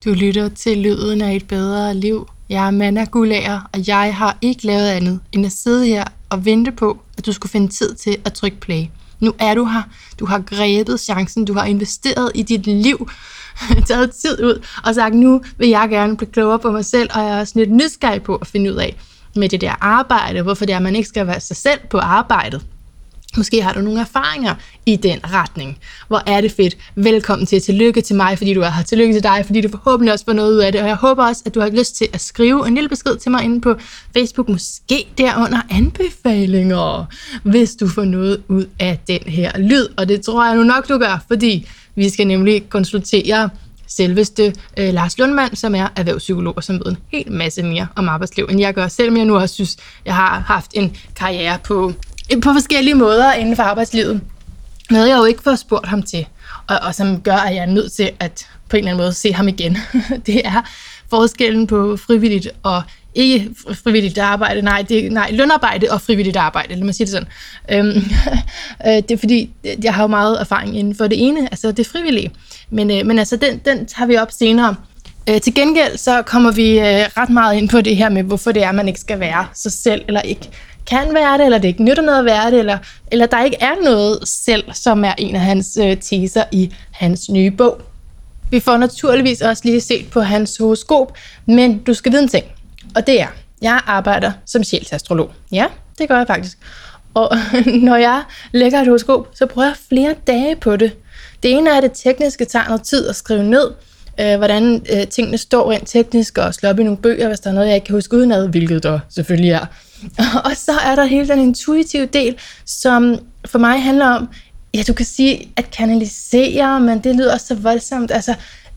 Du lytter til Lyden af et bedre liv. Jeg er Amanda Guldager, og jeg har ikke lavet andet end at sidde her og vente på, at du skulle finde tid til at trykke play. Nu er du her. Du har grebet chancen. Du har investeret i dit liv. Taget tid ud og sagt, nu vil jeg gerne blive klogere på mig selv, og jeg er også lidt nysgerrig på at finde ud af med det der arbejde, hvorfor det er, at man ikke skal være sig selv på arbejdet. Måske har du nogle erfaringer i den retning. Hvor er det fedt. Velkommen til. Tillykke til mig, fordi du er her. Tillykke til dig, fordi du forhåbentlig også får noget ud af det. Og jeg håber også, at du har lyst til at skrive en lille besked til mig inde på Facebook. Måske derunder anbefalinger, hvis du får noget ud af den her lyd. Og det tror jeg nu nok, du gør, fordi vi skal nemlig konsultere selveste Lars Lundmand, som er erhvervspsykolog, og som ved en hel masse mere om arbejdsliv, end jeg gør. Selvom jeg nu også synes, jeg har haft en karriere på forskellige måder inden for arbejdslivet. Noget jeg jo ikke får spurgt ham til, og som gør, at jeg er nødt til at på en eller anden måde se ham igen. Det er forskellen på frivilligt og ikke frivilligt arbejde. Nej, lønarbejde og frivilligt arbejde, lad mig sige det sådan. Det er fordi, jeg har jo meget erfaring inden for det ene, altså det frivillige. Men altså, den tager vi op senere. Til gengæld så kommer vi ret meget ind på det her med, hvorfor det er, man ikke skal være sig selv, eller ikke kan være det, eller det ikke nytter noget at være det, eller der ikke er noget selv, som er en af hans teser i hans nye bog. Vi får naturligvis også lige set på hans horoskop, men du skal vide en ting, og det er, jeg arbejder som sjælsastrolog. Ja, det gør jeg faktisk. Og når jeg lægger et horoskop, så bruger jeg flere dage på det. Det ene er, det tekniske tager noget tid at skrive ned, hvordan tingene står rent teknisk, og slå op i nogle bøger, hvis der er noget, jeg ikke kan huske udenad, hvilket der selvfølgelig er. Og så er der hele den intuitive del, som for mig handler om, ja, du kan sige at kanalisere, men det lyder også så voldsomt. Altså,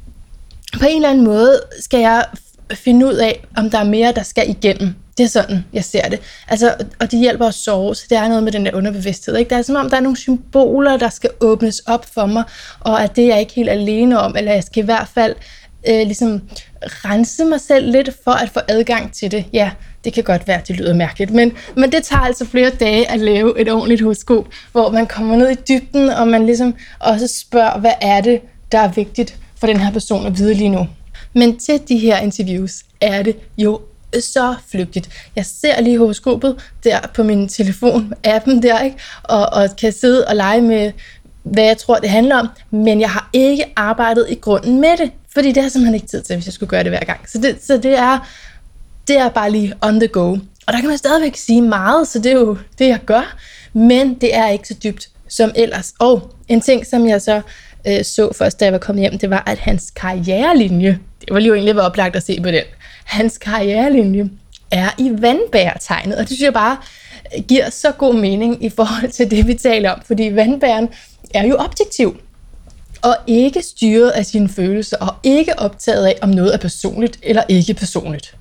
på en eller anden måde skal jeg finde ud af, om der er mere, der skal igennem. Det er sådan, jeg ser det. Altså, og det hjælper at sove, så det er noget med den der underbevidsthed. Ikke? Det er som om, der er nogle symboler, der skal åbnes op for mig, og at det er jeg ikke helt alene om, eller jeg skal i hvert fald ligesom rense mig selv lidt for at få adgang til det. Ja, det kan godt være, det lyder mærkeligt, men det tager altså flere dage at lave et ordentligt horoskop, hvor man kommer ned i dybden, og man ligesom også spørger, hvad er det, der er vigtigt for den her person at vide lige nu. Men til de her interviews er det jo så flygtigt. Jeg ser lige horoskopet der på min telefon, appen der, ikke? Og kan sidde og lege med, hvad jeg tror, det handler om, men jeg har ikke arbejdet i grunden med det, fordi det har simpelthen ikke tid til, hvis jeg skulle gøre det hver gang. Så det er bare lige on the go. Og der kan man stadigvæk sige meget, så det er jo det, jeg gør, men det er ikke så dybt som ellers. Og en ting, som jeg så først, da jeg var kommet hjem, det var, at hans karrierelinje, det var lige jo egentlig oplagt at se på den, hans karrierelinje er i vandbærtegnet, og det synes jeg bare giver så god mening i forhold til det, vi taler om, fordi vandbæren er jo objektiv, og ikke styret af sine følelser, og ikke optaget af, om noget er personligt eller ikke personligt.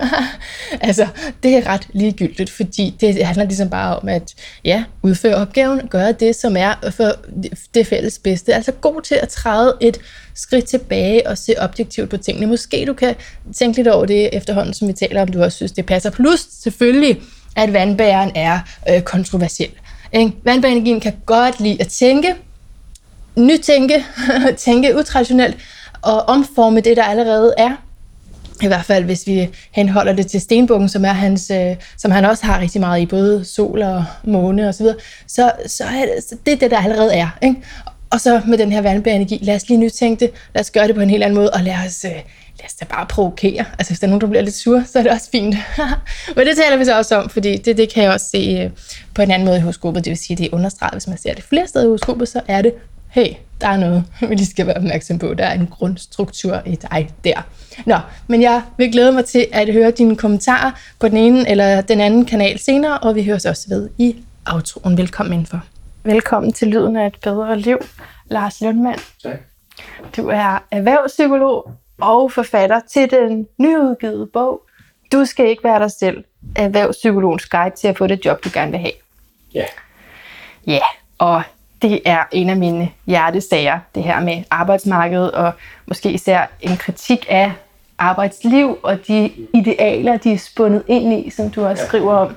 Altså, det er ret ligegyldigt, fordi det handler ligesom bare om at udføre opgaven, gøre det, som er for det fælles bedste. Altså god til at træde et skridt tilbage og se objektivt på tingene. Måske du kan tænke lidt over det efterhånden, som vi taler om, du også synes, det passer. Plus selvfølgelig, at vandbæren er kontroversiel. Vandbærenergien kan godt lide at tænke, nytænke, tænke utraditionelt og omforme det, der allerede er. I hvert fald, hvis vi henholder det til stenbukken, som er hans, som han også har rigtig meget i, både sol og måne og så videre, så er det, der allerede er. Ikke? Og så med den her vandbærenergi, lad os lige nytænke det, lad os gøre det på en helt anden måde, og lad os da bare provokere. Altså, hvis der er nogen, der bliver lidt sur, så er det også fint. Men det taler vi så også om, fordi det kan jeg også se på en anden måde i horoskopet. Det vil sige, det er understreget, hvis man ser det flere steder i horoskopet, så er det, hey, der er noget, vi lige skal være opmærksom på. Der er en grundstruktur i dig der. Nå, men jeg vil glæde mig til at høre dine kommentarer på den ene eller den anden kanal senere, og vi høres også ved i outroen. Velkommen indenfor. Velkommen til Lyden af et bedre liv, Lars Lundmand. Tak. Du er erhvervspsykolog og forfatter til den nyudgivede bog Du skal ikke være dig selv, erhvervspsykologens guide til at få det job, du gerne vil have. Ja. Ja, og det er en af mine hjertesager, det her med arbejdsmarkedet, og måske især en kritik af arbejdsliv og de idealer, de er spundet ind i, som du også skriver om.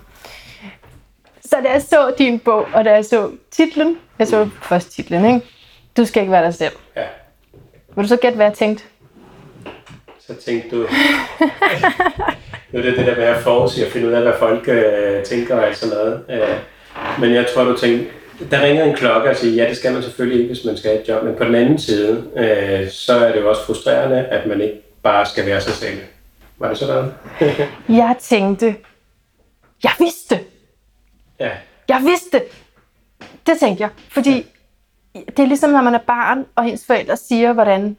Så da jeg så din bog, og da jeg så titlen, jeg så først titlen, ikke? Du skal ikke være dig selv. Ja. Vil du så gætte, hvad jeg tænkte? så tænkte du, nu er det der med at forudse og finde ud af, hvad folk tænker og alt sådan noget. Men jeg tror, du tænkte, der ringede en klokke og siger, ja, det skal man selvfølgelig ikke, hvis man skal have et job. Men på den anden side, så er det jo også frustrerende, at man ikke bare skal være sig selv. Var det sådan? Jeg tænkte, jeg vidste. Ja. Jeg vidste. Det tænkte jeg, fordi det er ligesom, når man er barn, og ens forældre siger,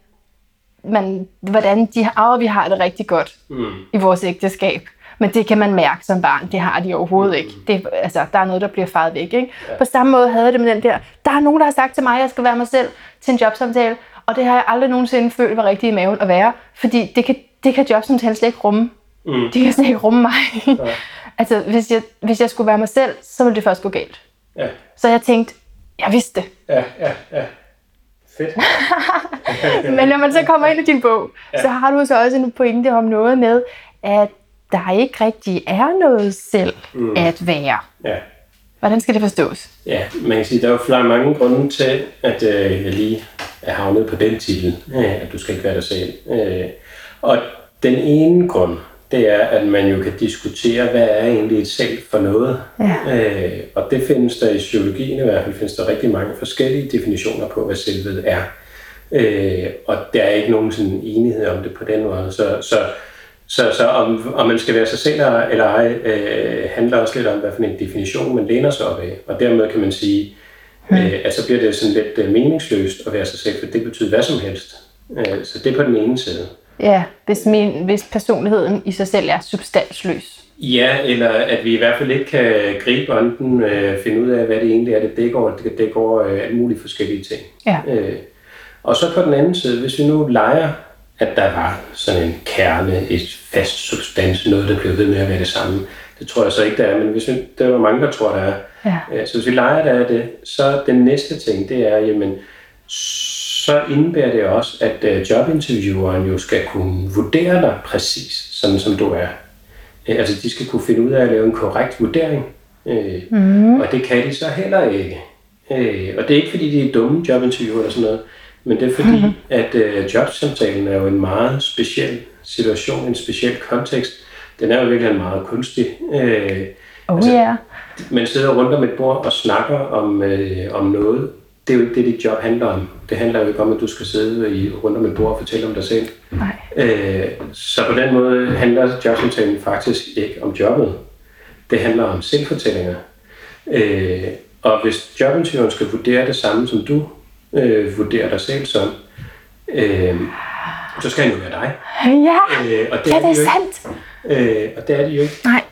hvordan vi har det rigtig godt i vores ægteskab. Men det kan man mærke som barn, det har de overhovedet ikke. Der er noget, der bliver faret væk. Ikke? Ja. På samme måde havde jeg det med den der er nogen, der har sagt til mig, at jeg skal være mig selv til en jobsamtale, og det har jeg aldrig nogensinde følt var rigtigt i maven at være, fordi det kan jobsamtalen slet ikke rumme. Det kan slet ikke rumme mig. Ja. Altså, hvis jeg skulle være mig selv, så ville det først gå galt. Ja. Så jeg tænkte, jeg vidste det. Ja. Fedt. Men når man så kommer ind i din bog, så har du så også en pointe om noget med, at der ikke rigtig er noget selv at være. Ja. Hvordan skal det forstås? Ja, man kan sige, der er jo mange grunde til, at jeg lige er havnet på den titel, at du skal ikke være dig selv. Og den ene grund, det er, at man jo kan diskutere, hvad er egentlig et selv for noget. Ja. Og det findes der i psykologien i hvert fald, findes der rigtig mange forskellige definitioner på, hvad selvet er. Og der er ikke nogen sådan enighed om det på den måde. Så om man skal være sig selv eller ej, handler også lidt om, hvad for en definition man læner sig op af. Og dermed kan man sige, at så bliver det sådan lidt meningsløst at være sig selv, for det betyder hvad som helst. Så det er på den ene side. Ja, hvis personligheden i sig selv er substansløs. Ja, eller at vi i hvert fald ikke kan gribe ånden, finde ud af, hvad det egentlig er, det dækker over alle mulige forskellige ting. Ja. Og så på den anden side, hvis vi nu leger, at der var sådan en kerne, et fast substans, noget, der bliver ved med at være det samme. Det tror jeg så ikke, der er, men der er mange, der tror, der er. Ja. Så hvis vi leger, der er det, så den næste ting, det er, jamen, så indebærer det også, at jobintervieweren jo skal kunne vurdere dig præcis, sådan som du er. Altså, de skal kunne finde ud af at lave en korrekt vurdering. Og det kan de så heller ikke. Og det er ikke, fordi de er dumme jobinterviewer eller sådan noget, men det er fordi, at jobsamtalen er jo en meget speciel situation, en speciel kontekst. Den er jo virkelig meget kunstig. Man sidder rundt om et bord og snakker om noget. Det er jo ikke det, dit job handler om. Det handler jo ikke om, at du skal sidde rundt om et bord og fortælle om dig selv. Nej. Så på den måde handler jobsamtalen faktisk ikke om jobbet. Det handler om selvfortællinger. Og hvis jobintervieweren skal vurdere det samme, som du vurderer dig selv som, så skal han jo være dig. Ja, og det er sandt. Og det er det jo ikke. Nej.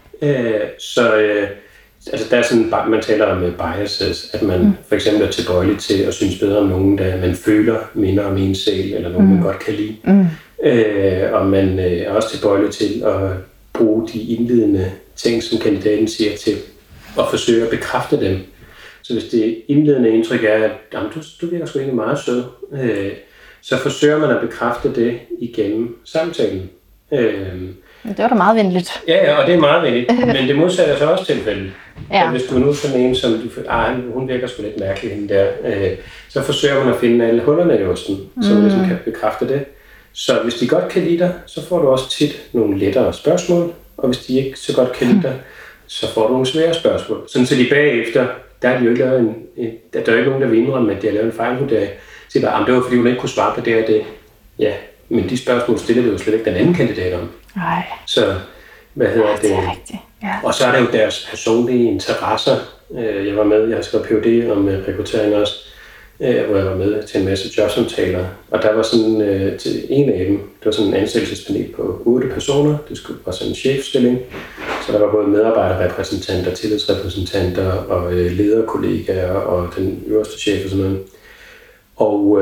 Altså der er sådan, man taler om biases, at man for eksempel er tilbøjelig til at synes bedre om nogen, der man føler minder om en selv, eller nogen man godt kan lide. Og man er også tilbøjelig til at bruge de indledende ting, som kandidaten siger, til at forsøge at bekræfte dem. Så hvis det indledende indtryk er, at du virker sgu egentlig meget sød, så forsøger man at bekræfte det igennem samtalen. Det var da meget venligt. Ja, og det er meget venligt, men det modsatte er så også tilfældet. Ja. Hvis du nu er sådan en, som du føler, hun virker sgu lidt mærkelig hende der, så forsøger man at finde alle hullerne i osten, så man ligesom kan bekræfte det. Så hvis de godt kan lide dig, så får du også tit nogle lettere spørgsmål, og hvis de ikke så godt kan lide dig, så får du nogle svære spørgsmål. Sådan så de bagefter, der er de jo ikke lavet der er jo ikke nogen, der vil indrømme, at de har lavet en fejlvurdering. Så siger bare, det var fordi hun ikke kunne svare på det og det. Ja, men de spørgsmål stiller det jo slet ikke den anden kandidat om. Nej. Så, hvad hedder det? Det er rigtigt. Ja. Og så er det jo deres personlige interesser. Jeg har skrevet Ph.D. om rekruttering også, hvor jeg var med til en masse jobsamtaler. Og der var sådan til en af dem, det var sådan en ansættelsespanel på 8 personer. Det var sådan en chefstilling. Så der var både medarbejderrepræsentanter, tillidsrepræsentanter og lederkollegaer og den øverste chef og sådan noget. Og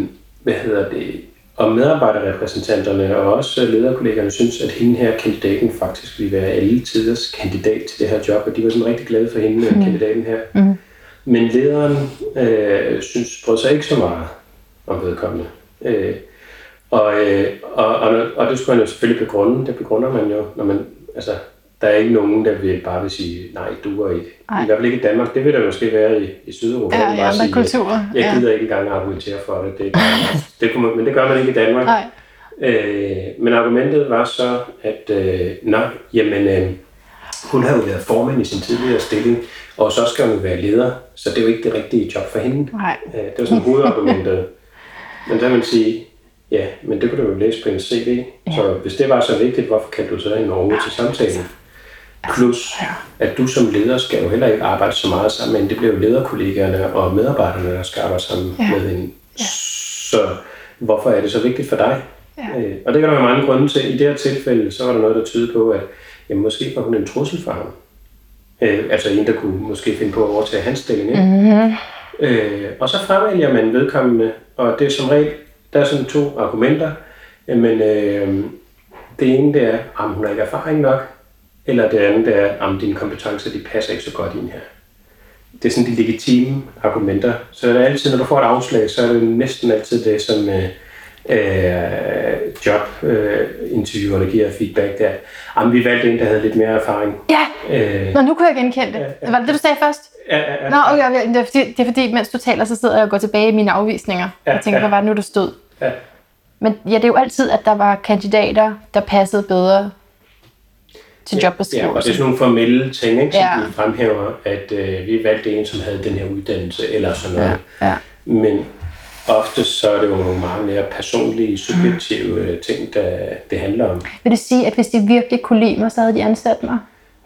og medarbejderrepræsentanterne og også lederkollegerne synes, at hende her kandidaten faktisk ville være alle tiders kandidat til det her job, og de var sådan rigtig glade for hende, kandidaten her. Men lederen brød sig ikke så meget om vedkommende. Og det skulle man jo selvfølgelig begrunde. Det begrunder man jo, når man, altså, der er ikke nogen, der bare vil sige, nej, du er ikke. I hvert fald ikke i Danmark. Det vil der måske være i Sydeuropa. Ja, i andre kulturer. Jeg gider ikke engang argumentere for det. Men det gør man ikke i Danmark. Men argumentet var så, at hun har jo været formand i sin tidligere stilling, og så skal hun jo være leder, så det er jo ikke det rigtige job for hende. Nej. Det var sådan hovedargumentet. Men der kan man sige, ja, men det kunne du jo læse på en CV. Ja. Så hvis det var så vigtigt, hvorfor kan du så hende over til samtalen? Plus, at du som leder skal jo heller ikke arbejde så meget sammen, men det bliver jo lederkollegaerne og medarbejderne, der skal arbejde sammen med hende. Ja. Så hvorfor er det så vigtigt for dig? Ja. Og det kan der være mange grunde til. I det her tilfælde, så var der noget, der tyder på, at måske var hun en trussel for ham. Altså en, der kunne måske finde på at overtage hans stilling. Ikke? Og så fremvælger man vedkommende, og det er som regel, der er sådan 2 argumenter. Men det ene, det er, at hun har ikke erfaring nok, eller det andet, det er, at dine kompetencer, de passer ikke så godt ind her. Det er sådan de legitime argumenter. Så er det altid, når du får et afslag, så er det næsten altid det, som jobinterviewerne giver feedback, der vi valgte en, der havde lidt mere erfaring. Ja, nu kunne jeg genkende det. Var det det, du sagde først? Ja. Nå, okay, det er fordi, mens du taler, så sidder jeg og går tilbage i mine afvisninger. Jeg tænker, hvad var det nu, der stod? Ja. Men ja, det er jo altid, at der var kandidater, der passede bedre til jobbeskrivelsen. Ja, og det er sådan nogle formelle ting, ikke, som vi fremhæver, at vi valgte en, som havde den her uddannelse, eller sådan noget. Ja. Men ofte så er det jo nogle meget mere personlige, subjektive ting, der det handler om. Vil det sige, at hvis de virkelig kunne lide mig, så havde de ansat mig?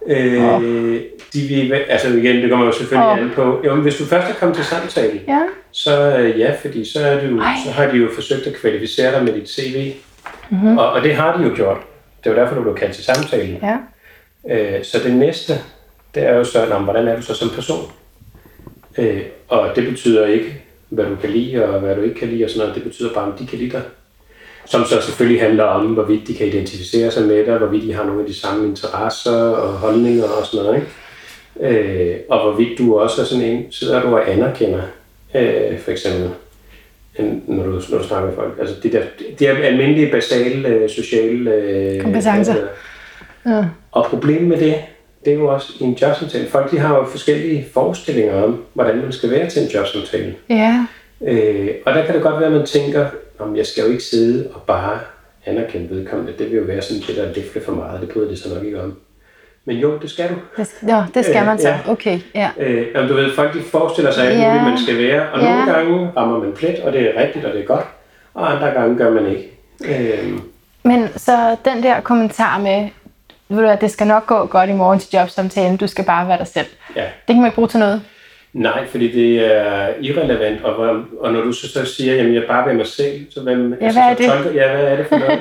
Altså igen, det kommer jo selvfølgelig an på. Jo, men hvis du først er kommet til samtale, så fordi så har de jo forsøgt at kvalificere dig med dit CV. Og det har de jo gjort. Det er jo derfor, du blev kaldt til samtale. Så det næste, det er jo så, hvordan er du så som person? Og det betyder ikke, hvad du kan lide og hvad du ikke kan lide og sådan noget. Det betyder bare, om de kan lide dig. Som så selvfølgelig handler om, hvorvidt de kan identificere sig med dig, hvorvidt de har nogle af de samme interesser og holdninger og sådan noget, ikke? Og hvorvidt du også er sådan en, sidder du og anerkender, for eksempel, når du snakker med folk. Altså de er almindelige, basale, sociale kompetencer. Og problemet med det er jo også i en jobsamtale. Folk de har jo forskellige forestillinger om, hvordan man skal være til en jobsamtale. Ja. Og der kan det godt være, at man tænker, jeg skal jo ikke sidde og bare anerkende vedkommende. Det vil jo være sådan det, der læfle for meget. Det bryder det så nok ikke om. Men jo, det skal du. Det skal man så. Ja. Okay, ja. Du ved, folk de forestiller sig, at man skal være. Og nogle gange rammer man plet, og det er rigtigt, og det er godt. Og andre gange gør man ikke. Men så den der kommentar med, at det skal nok gå godt i morgen til jobsamtalen, du skal bare være dig selv. Ja. Det kan man ikke bruge til noget. Nej, fordi det er irrelevant, og når du så siger, at jeg bare vil mig selv, så hvad er det? Hvad er det for noget?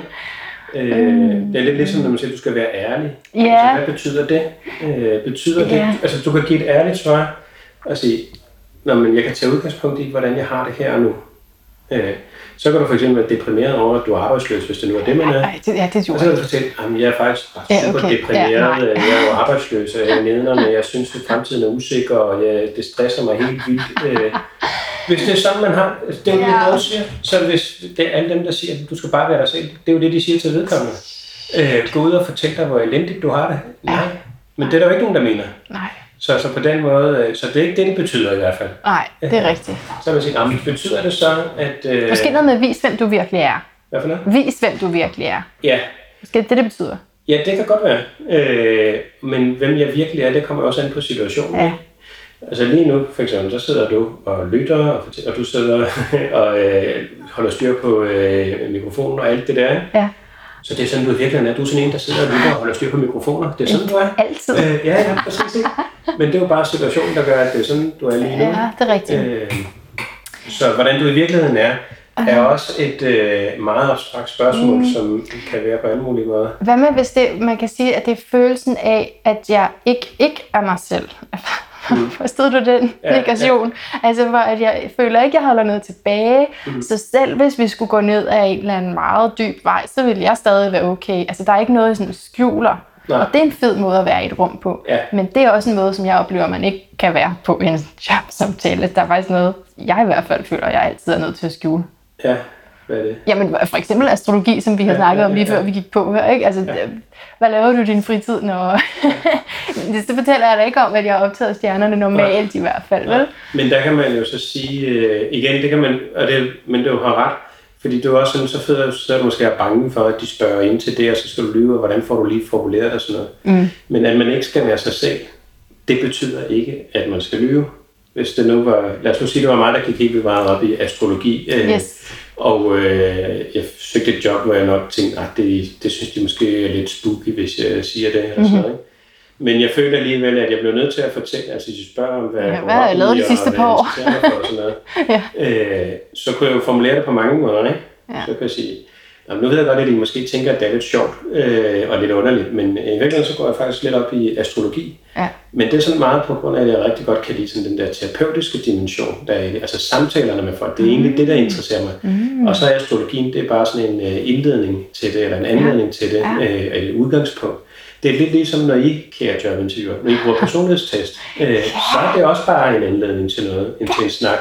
Det er lidt ligesom, når man siger, at du skal være ærlig. Yeah. Altså, hvad betyder det? Betyder det, altså du kan give et ærligt svar og sige, men jeg kan tage udgangspunkt i, hvordan jeg har det her og nu. Så kan du for eksempel være deprimeret over, at du er arbejdsløs, hvis det nu er det, man er. Det er og så kan du fortælle, at jeg er faktisk super deprimeret, jeg er jo arbejdsløs, og jeg er nederne, jeg synes, at fremtiden er usikker, og det stresser mig helt vildt. Hvis det er sådan, man har, det er jo det, noget siger, så hvis det er alle dem, der siger, at du skal bare være dig selv, det er jo det, de siger til vedkommende. Gå ud og fortæl dig, hvor elendigt du har det. Nej, men det er der jo ikke nogen, der mener. Nej. Så på den måde, så det er ikke det, det betyder i hvert fald. Nej, det er rigtigt. Så vil jeg sige, betyder det så, at... Måske noget med, vis hvem du virkelig er. Hvad for noget? Vis hvem du virkelig er. Ja. Måske det betyder. Ja, det kan godt være. Men hvem jeg virkelig er, det kommer også an på situationen. Ja. Altså lige nu, for eksempel, så sidder du og lytter, og du sidder og holder styr på mikrofonen og alt det der. Ja. Så det er sådan, du virkelig er. Du er sådan en, der sidder og lytter og holder styr på mikrofoner. Det er sådan, du er. Altid. Ja, præcis. Men det er jo bare situationen, der gør, at det er sådan, du er lige nu. Ja, det er rigtigt. Så hvordan du i virkeligheden er også et meget abstrakt spørgsmål, som kan være på alle mulige måder. Hvad med, hvis man kan sige, at det er følelsen af, at jeg ikke er mig selv? Forstod du den negation? Ja. Altså, hvor at jeg føler ikke, at jeg holder noget tilbage. Så selv hvis vi skulle gå ned ad en eller anden meget dyb vej, så ville jeg stadig være okay. Altså, der er ikke noget, sådan skjuler. Nej. Og det er en fed måde at være i et rum på. Ja. Men det er også en måde, som jeg oplever, at man ikke kan være på en jobsamtale. Der er faktisk noget, jeg i hvert fald føler, at jeg altid er nødt til at skjule. Ja, hvad er det? Jamen, for eksempel astrologi, som vi har snakket om lige før vi gik på her, ikke? Altså, hvad laver du i din fritid, når... det fortæller jeg da ikke om, at jeg har optaget stjernerne normalt i hvert fald, vel? Men der kan man jo så sige, igen, det kan man, men det jo har ret, Fordi du er også sådan, så er du måske bange for, at de spørger ind til det, og så skal du lyve, og hvordan får du lige formuleret det og sådan noget. Men at man ikke skal være sig selv, det betyder ikke, at man skal lyve. Hvis det nu var, lad os nu sige, det var mig, der gik helt meget op i astrologi, og jeg søgte et job, hvor jeg nok tænkte, at det synes de måske er lidt spooky, hvis jeg siger det, eller sådan noget. Men jeg følte alligevel, at jeg blev nødt til at fortælle, altså hvis de spørger om, hvad jeg har lavet de sidste par år, så kunne jeg jo formulere det på mange måder, ikke? Så kan jeg sige, nu ved jeg godt, at de måske tænker, at det er lidt sjovt og lidt underligt, men i virkeligheden så går jeg faktisk lidt op i astrologi. Ja. Men det er sådan meget på grund af, at jeg rigtig godt kan lide sådan den der terapeutiske dimension, der er, altså samtalerne med folk, det er egentlig det, der interesserer mig. Og så er astrologien, det er bare sådan en indledning til det, eller en anledning til det, et udgangspunkt. Det er lidt ligesom, når I, kære jobinterviewer, når I bruger personlighedstest, så er det også bare en anledning til noget, til en snak.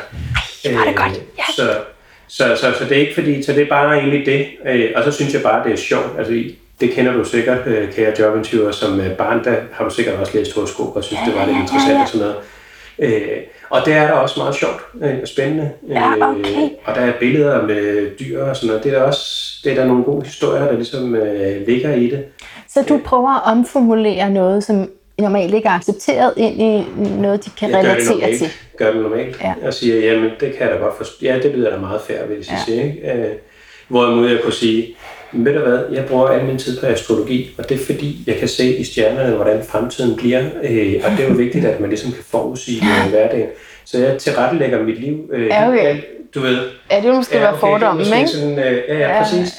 Så det er ikke fordi, så det er bare egentlig det. Og så synes jeg bare, det er sjovt. Altså, det kender du sikkert, kære jobinterviewer, som barn, der har du sikkert også læst horoskop og synes, det var lidt interessant og sådan noget. Og det er der også meget sjovt og spændende. Og der er billeder med dyr og sådan noget. Det er der nogle gode historier, der ligesom ligger i det. Så du prøver at omformulere noget, som normalt ikke er accepteret, ind i noget, de kan relatere til? Gør det normalt. Og siger, jamen det kan jeg da godt forstå. Ja, det bliver da meget fair, vil jeg sige. Ikke? Hvorimod jeg kunne sige, ved du hvad, jeg bruger al min tid på astrologi, og det er fordi, jeg kan se i stjernerne, hvordan fremtiden bliver. Og det er jo vigtigt, at man ligesom kan forudsige hverdagen. Så jeg tilrettelægger mit liv. Du ved. Ja, det måske være fordommen, ikke? Sådan, præcis.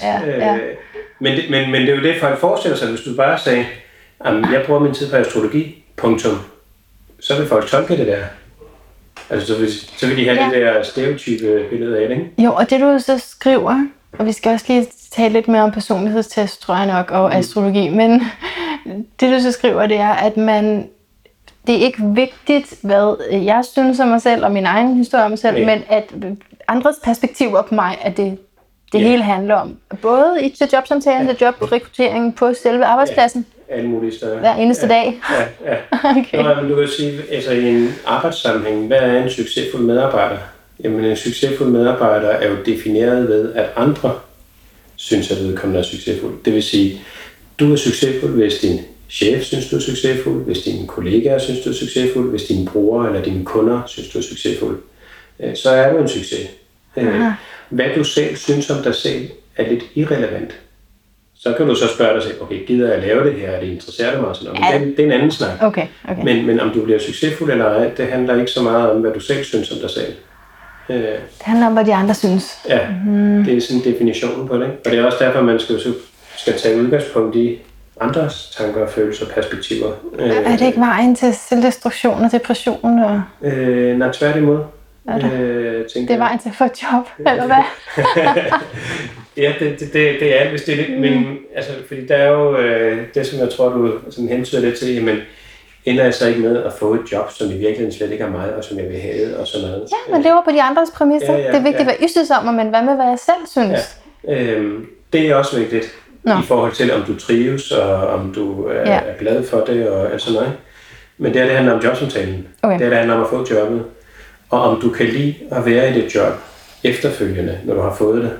Men det er jo det, folk forestiller sig, hvis du bare sagde, jeg bruger min tid på astrologi, punktum. Så vil folk tolke det der. Altså, så vil de have det der stereotype billede af det, ikke? Jo, og det du så skriver, og vi skal også lige tale lidt mere om personlighedstest, tror jeg nok, og astrologi, men det du så skriver, det er, at det er ikke vigtigt, hvad jeg synes om mig selv, og min egen historie om mig selv, men at andres perspektiver på mig, at det hele handler om. Både til jobsamtalen, til jobrekrutteringen på selve arbejdspladsen. Alle mulige steder. Hver eneste dag. Okay. Du kan sige, altså i en arbejdssammenhæng, hvad er en succesfuld medarbejder? Jamen en succesfuld medarbejder er jo defineret ved, at andre synes, at vedkommende er succesfuld. Det vil sige, du er succesfuld, hvis din chef synes, du er succesfuld, hvis dine kollegaer synes, du er succesfuld, hvis dine brugere eller dine kunder synes, du er succesfuld. Så er du en succes. Hvad du selv synes om dig selv, er lidt irrelevant. Så kan du så spørge dig selv, okay, gider jeg lave det her, er det interesserer dig mig? Sådan, det er en anden snak. Okay. Men om du bliver succesfuld eller ej, det handler ikke så meget om, hvad du selv synes om dig selv. Det handler om, hvad de andre synes. Ja, det er sådan definitionen på det. Og det er også derfor, man skal tage udgangspunkt i andres tanker, følelser og perspektiver. Er det ikke vejen til selvdestruktion og depression? Nej, tværtimod. Det er vejen til at få et job, eller hvad? Ja, det er hvis det er lidt, men altså, fordi der er jo det, som jeg tror, du sådan hentyder lidt til, men ender jeg så ikke med at få et job, som i virkeligheden slet ikke er mig, og som jeg vil have, og sådan noget. Ja, man lever på de andres præmisser. Det er vigtigt, hvad I synes om mig, men hvad med, hvad jeg selv synes? Det er også vigtigt, i forhold til, om du trives, og om du er glad for det, og alt sådan noget. Men det handler om jobsamtalen. Okay. Det handler om at få jobbet. Og om du kan lide at være i det job efterfølgende, når du har fået det,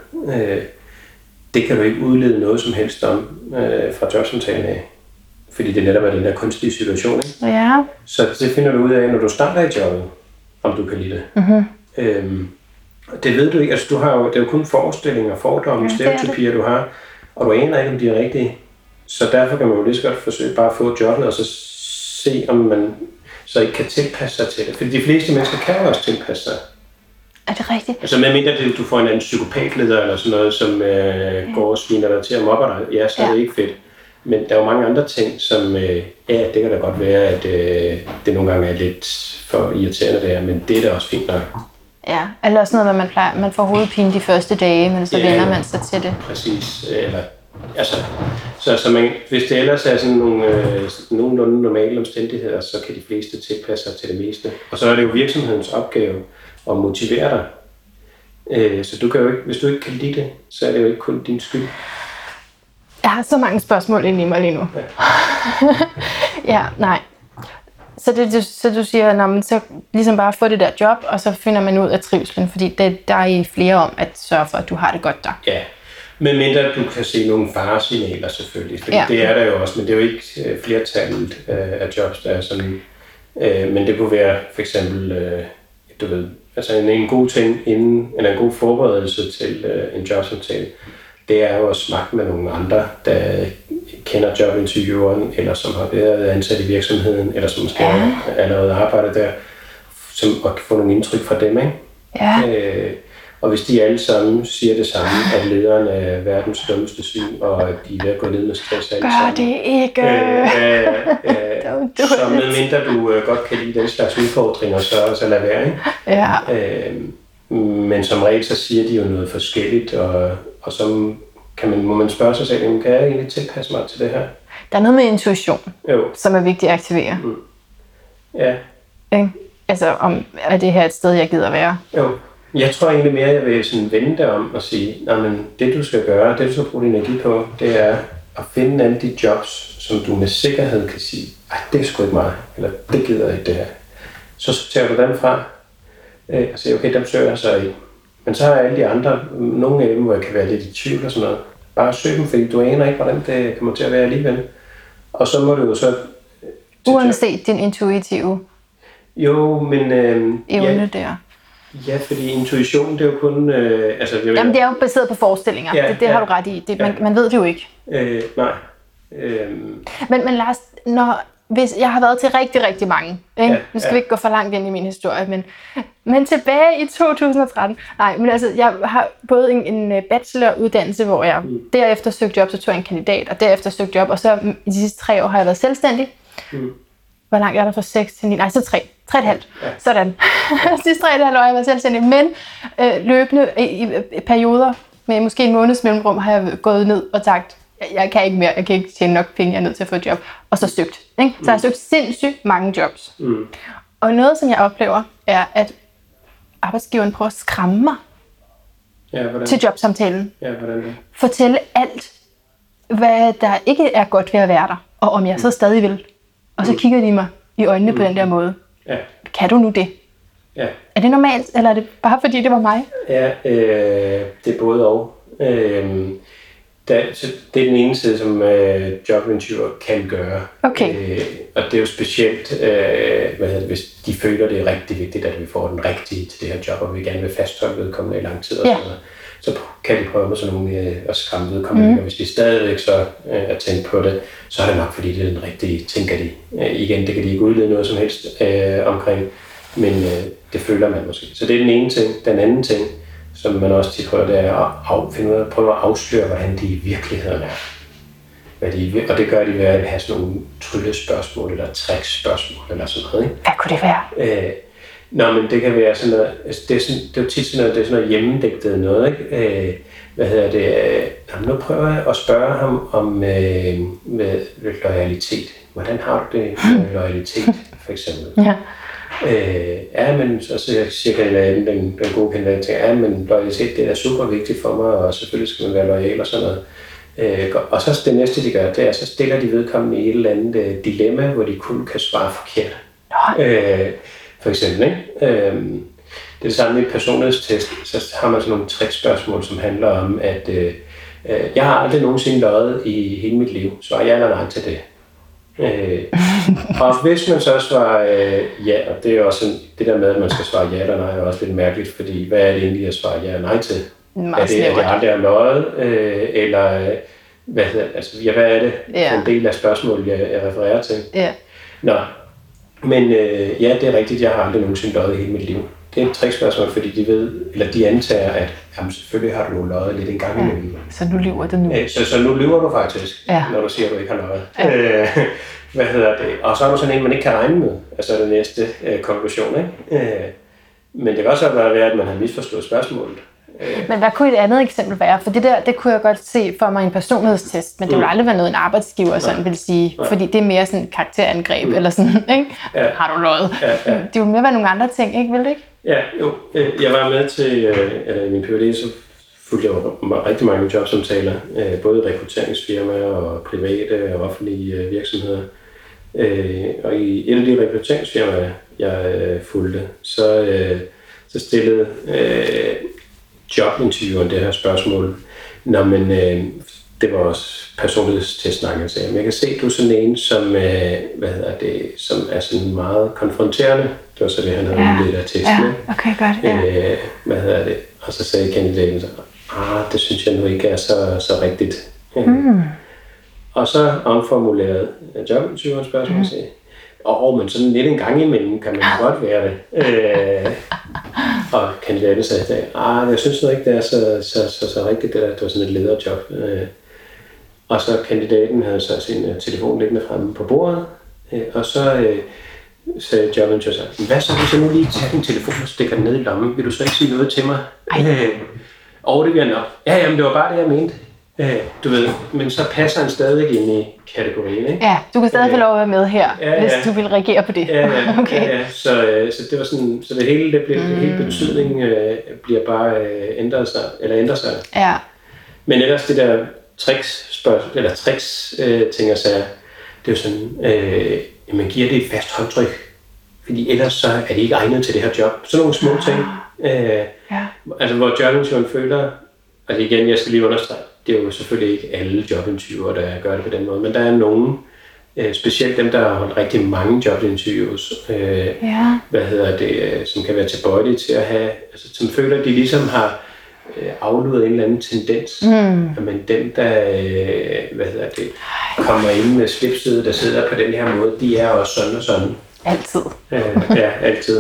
det kan du ikke udlede noget som helst om fra jobsamtalen af. Fordi det netop er den der kunstige situation, ikke? Ja. Så det finder du ud af, når du starter i jobbet, om du kan lide det. Det ved du ikke. Altså, det er jo kun forestillinger, fordomme, stereotypier, du har, og du aner ikke, om de er rigtige. Så derfor kan man jo lige så godt forsøge bare at få jobbet, og så se, om man så ikke kan tilpasse sig til det. Fordi de fleste mennesker kan jo også tilpasse sig. Er det rigtigt? Altså medmindre du får en anden psykopatleder eller sådan noget, som går og sviner dig til at mobbe dig, så er det ikke fedt. Men der er jo mange andre ting, som, det kan da godt være, at det nogle gange er lidt for irriterende det her, men det er da også fint nok. Ja, eller også noget, man får hovedpine de første dage, men så vender man sig til det. Præcis, eller så man, hvis det ellers er sådan nogle nogenlunde normale omstændigheder, så kan de fleste tilpasse sig til det meste. Og så er det jo virksomhedens opgave at motivere dig. Så du kan jo ikke, hvis du ikke kan lide det, så er det jo ikke kun din skyld. Jeg har så mange spørgsmål ind i mig lige nu. Nej. Så du siger, så ligesom bare få det der job, og så finder man ud af trivslen, fordi der er I flere om at sørge for, at du har det godt der. Ja, medmindre du kan se nogle faresignaler selvfølgelig, fordi det er der jo også, men det er jo ikke flertallet af jobs, der er sådan. Men det kunne være for eksempel, du ved, altså en god ting eller en god forberedelse til en jobsamtale, det er jo at snakke med nogle andre, der kender jobintervieweren, eller som har været ansat i virksomheden, eller som måske allerede arbejder der, og få nogle indtryk fra dem, ikke? Ja. Og hvis de alle sammen siger det samme, at lederen er verdens dummeste svin, og at de er ved at gå ned med stress alle sammen. Gør det ikke! Så medmindre du godt kan lide den slags udfordringer, så lad være, ikke? Ja. Men som regel, så siger de jo noget forskelligt, og så må man spørge sig selv, kan jeg egentlig tilpasse mig til det her? Der er noget med intuition, som er vigtigt at aktivere. Ja. Altså, er det her et sted, jeg gider være? Jo. Jeg tror egentlig mere, jeg vil sådan vende det om og sige, men det du skal gøre, det du skal bruge din energi på, det er at finde alle de jobs, som du med sikkerhed kan sige, det er sgu ikke mig, eller det gider ikke det her. Så sorterer du dem fra, og siger, okay, dem søger jeg så ikke. Men så har alle de andre, nogle af dem, hvor jeg kan være lidt i tvivl og sådan noget, bare søg dem, fordi du aner ikke, hvordan det kommer til at være alligevel. Og så må du jo så... Uanset din intuitive evne der. Ja, fordi intuition, det er jo kun... Jamen, det er jo baseret på forestillinger. Ja, det har du ret i. Man ved det jo ikke. Nej. Men Lars, hvis jeg har været til rigtig, rigtig mange, ikke? Nu skal vi ikke gå for langt ind i min historie, men tilbage i 2013... Nej, men altså, jeg har både en bacheloruddannelse, hvor jeg derefter søgte job, så tog jeg en kandidat, og derefter søgte job, og så i de sidste 3 år har jeg været selvstændig. Hvor langt er der fra 6 til 9? Nej, så 3,5. Ja. Sådan. De sidste 3,5 år har jeg været selvstændig, men løbende i perioder med måske en måneds mellemrum har jeg gået ned og sagt, jeg kan ikke mere, jeg kan ikke tjene nok penge, jeg er nødt til at få et job. Og så søgt. Ikke? Så jeg har søgt sindssygt mange jobs. Og noget, som jeg oplever, er, at arbejdsgiveren prøver at skræmme mig til jobsamtalen. Ja, hvordan det? Fortælle alt, hvad der ikke er godt ved at være der, og om jeg så stadig vil. Og så kigger de mig i øjnene på den der måde. Ja. Kan du nu det? Ja. Er det normalt, eller er det bare fordi, det var mig? Ja, det er både og. Så det er den ene side, som jobinterviewer kan gøre. Okay. Og det er jo specielt, hvis de føler, det er rigtig vigtigt, at vi får den rigtige til det her job, og vi gerne vil fastholde vedkommende i lang tid og sådan noget. Så kan de prøve med sådan nogle at skræmme vedkommende. Og hvis de stadigvæk så er tænkt på det, så er det nok, fordi det er den rigtige, tænker de. Igen, det kan de ikke udlede noget som helst omkring, men det føler man måske. Så det er den ene ting. Den anden ting, som man også tit prøver, det er at prøve at afsløre, hvordan de i virkeligheden er. Og det gør de ved at have sådan nogle tryllespørgsmål eller trickspørgsmål eller sådan noget. Ikke? Hvad kunne det være? Men det kan være sådan noget, det er jo tit sådan noget, det er sådan noget hjemmedægtet noget, ikke? Nu prøver jeg at spørge ham om med loyalitet. Hvordan har du det med loyalitet, for eksempel? Ja. Men så siger kandidaten, den gode kandidat, men loyalitet, det er super vigtigt for mig, og selvfølgelig skal man være loyal og sådan noget. Og så det næste, de gør, det er, så stiller de vedkommende i et eller andet dilemma, hvor de kun kan svare forkert. For eksempel, ikke? Det er det samme med personlighedstest, så har man sådan nogle trickspørgsmål, som handler om, at jeg har aldrig nogensinde løjet i hele mit liv, så ja eller nej til det. Og hvis man så svarer ja, og det er også sådan, det der med, at man skal svare ja eller nej, er også lidt mærkeligt, fordi hvad er det egentlig at svare ja eller nej til? Er det aldrig har løjet, eller hvad er det for en del af spørgsmålet, jeg refererer til? Men ja, det er rigtigt, jeg har aldrig nogensinde løjet i hele mit liv. Det er et trickspørgsmål, fordi de ved, eller de antager, at jamen, selvfølgelig har du løjet lidt en gang imellem. Så nu lyver du nu. Så nu lyver du faktisk, når du siger, at du ikke har løjet. Og så er du sådan en, man ikke kan regne med, altså den næste konklusion, ikke? Men det kan også være, at man har misforstået spørgsmålet. Men hvad kunne et andet eksempel være? For det kunne jeg godt se for mig i en personlighedstest, men det ville aldrig være noget, en arbejdsgiver sådan vil sige, fordi det er mere sådan et karakterangreb eller sådan, ikke? Ja. Har du løjet? Ja. Det ville mere være nogle andre ting, ikke? Vil det ikke? Ja, jo. Jeg var med til min PhD, så fulgte jeg rigtig mange jobsamtaler, både rekrutteringsfirmaer og private og offentlige virksomheder. Og i et af de rekrutteringsfirmaer, jeg fulgte, så stillede jobintervieweren det her spørgsmål. Nå, men det var også personlighedstestsnak, jeg sagde. Men jeg kan se, at du er sådan en, som, som er sådan meget konfronterende. Det var så det, han havde udledt af testen. Ja, okay, godt. Ja. Og så sagde kandidaten så, det synes jeg nu ikke er så rigtigt. Og så omformulerede jobintervieweren spørgsmål og sagde, men sådan lidt en gang imellem kan man godt være det. Og kandidaten sagde, jeg synes nu ikke, det er så rigtigt, det der. Det var sådan et lederjob. Og så kandidaten havde så sin telefon liggende fremme på bordet, og så sagde jobintervieweren så, hvad så hvis jeg nu lige tager din telefon og stikker den ned i lommen? Vil du så ikke sige noget til mig? Det vil jeg nok. Jamen det var bare det, jeg mente. Du ved, men så passer han stadig ind i kategorien, ikke? Ja, du kan stadig få lov at være med her, hvis du vil reagere på det. Okay. Så det var sådan, så det hele, hele betydning bliver bare ændrer sig. Ja. Men ellers det der tricks ting og sager, det er jo sådan, man giver det et fast håndtryk, fordi ellers så er det ikke egnet til det her job. Sådan nogle små ting. Altså hvor jobintervieweren føler, altså igen, jeg skal lige understrege, det er jo selvfølgelig ikke alle jobinterviewer, der gør det på den måde, men der er nogen, specielt dem, der har holdt rigtig mange jobinterviews, som kan være tilbøjelige til at have, altså som føler, at de ligesom har afluret en eller anden tendens, men dem, der kommer ind med slipset, der sidder på den her måde, de er også sådan og sådan. Altid. Altid.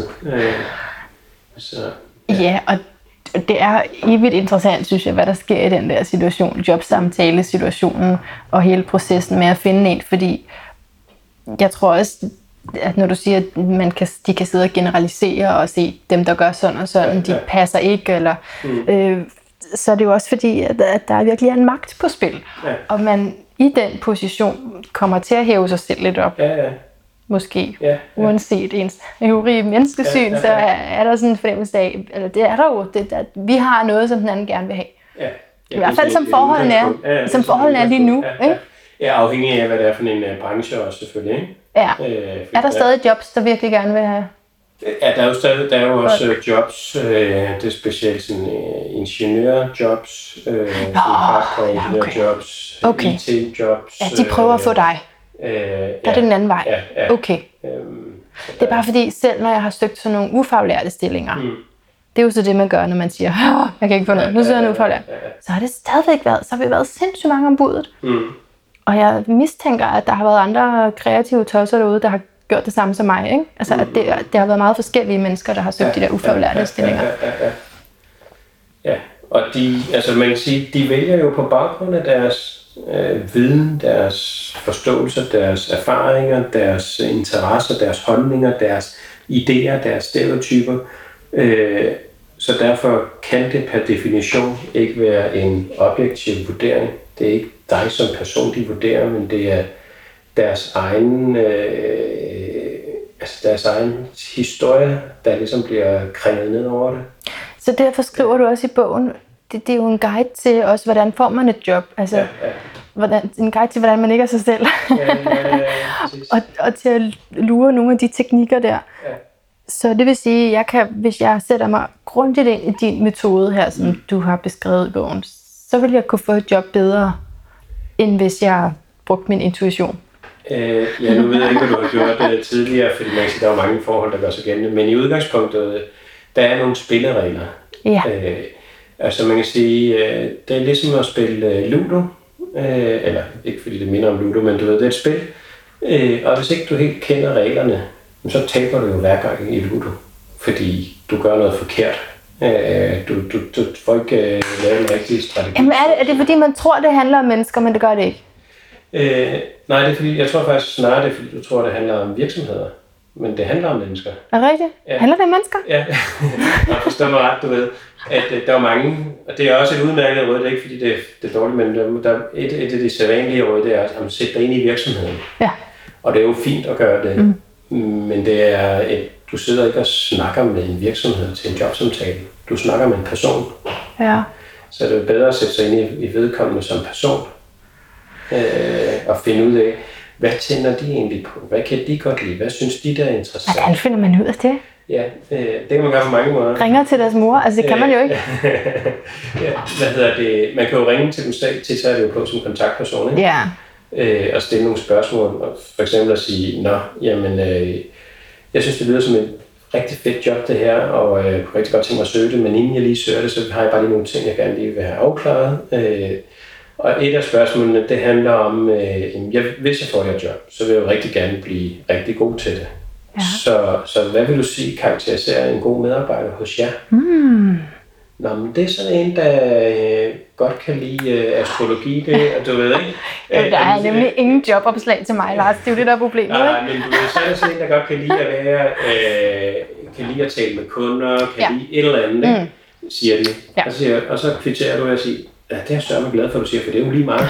Ja, og det er evigt interessant, synes jeg, hvad der sker i den der situation, jobsamtale-situationen og hele processen med at finde en, fordi jeg tror også, at når du siger, at de kan sidde og generalisere og se dem, der gør sådan og sådan, de passer ikke, eller, så er det jo også fordi, at der virkelig er en magt på spil, og man i den position kommer til at hæve sig selv lidt op. Måske, uanset ens øvrige menneskesyn, så er der sådan en fornemmelse af, eller det er der jo, at vi har noget, som den anden gerne vil have. I hvert fald som forholdene er lige nu. Ikke? Afhængig af, hvad det er for en branche også selvfølgelig. Ikke? Er der stadig jobs, der virkelig gerne vil have? Ja, der er jo også jobs, det er specielt sådan ingeniørjobs, hardcore-ingeniørjobs, IT-jobs. Ja, de prøver at få dig. Der er det den anden vej. Okay. Det er bare fordi, selv når jeg har søgt sådan nogle ufaglærte stillinger, det er jo så det, man gør, når man siger, jeg kan ikke få noget, nu sidder jeg ufaglært. Så har det stadigvæk været, så har vi været sindssygt mange om budet. Og jeg mistænker, at der har været andre kreative tosser derude, der har gjort det samme som mig. Ikke? Altså, at det har været meget forskellige mennesker, der har søgt de der ufaglærte stillinger. Ja, og man kan sige, de vælger jo på baggrund af deres viden, deres forståelser, deres erfaringer, deres interesser, deres holdninger, deres idéer, deres stereotyper. Så derfor kan det per definition ikke være en objektiv vurdering. Det er ikke dig som person, de vurderer, men det er deres egen, deres egen historie, der ligesom bliver krævet ned over det. Så derfor skriver du også i bogen, det er jo en guide til også, hvordan får man et job. Altså, en guide til, hvordan man ikke er sig selv. og til at lure nogle af de teknikker der. Så det vil sige, at hvis jeg sætter mig grundigt ind i din metode her, som du har beskrevet i bogen, så vil jeg kunne få et job bedre, end hvis jeg brugte min intuition. Nu ved jeg ikke, hvad du har gjort tidligere, fordi man kan sige, der er mange forhold, der gør sig gældende. Men i udgangspunktet, der er nogle spilleregler. Altså man kan sige, det er ligesom at spille Ludo, eller ikke fordi det minder om Ludo, men du ved, det er et spil. Og hvis ikke du helt kender reglerne, så taber du jo hver gang i Ludo, fordi du gør noget forkert. Du får ikke lavet en rigtig strategi. Jamen er det fordi, man tror, det handler om mennesker, men det gør det ikke? Nej, det er fordi, jeg tror faktisk snarere, det er fordi, du tror, det handler om virksomheder. Men det handler om mennesker. Er det rigtigt? Ja. Handler det om mennesker? Ja, jeg forstår mig ret, du ved, at der er mange, og det er også et udmærket råd, det er ikke fordi, det er dårligt, men der er et af de sædvanlige råd, det er at sætte dig ind i virksomheden. Ja. Og det er jo fint at gøre det, men det er du sidder ikke og snakker med en virksomhed til en jobsamtale. Du snakker med en person. Ja. Så det er bedre at sætte sig ind i vedkommende som person og finde ud af, hvad tænder de egentlig på? Hvad kan de godt lide? Hvad synes de, der er interessant? Hvordan finder man ud af det? Ja, det kan man gøre på mange måder. Ringer til deres mor? Altså, det kan man jo ikke. Man kan jo ringe til dem selv, til så er det jo på som kontaktperson, ikke? Ja. Og stille nogle spørgsmål, og for eksempel at sige, jeg synes, det lyder som et rigtig fedt job det her, og jeg kunne rigtig godt tænke mig at søge det, men inden jeg lige søger det, så har jeg bare lige nogle ting, jeg gerne lige vil have afklaret. Og et af spørgsmålene, det handler om, hvis jeg får det her job, så vil jeg jo rigtig gerne blive rigtig god til det. Ja. Så hvad vil du sige karakteriserer en god medarbejder hos jer? Nå, men det er sådan en, der godt kan lide astrologi, det, du ved ikke? Jamen, der er nemlig ingen jobopslag til mig, Lars. Det er jo det, der er problemet, ikke? Nej, men du ved, så er det sådan en, der godt kan lide at være, kan lide at tale med kunder, kan lide et eller andet, ikke? Siger de. Ja. Og så kvitterer du og siger, ja, det er jeg sørme glad for, at du siger, for det er jo lige meget.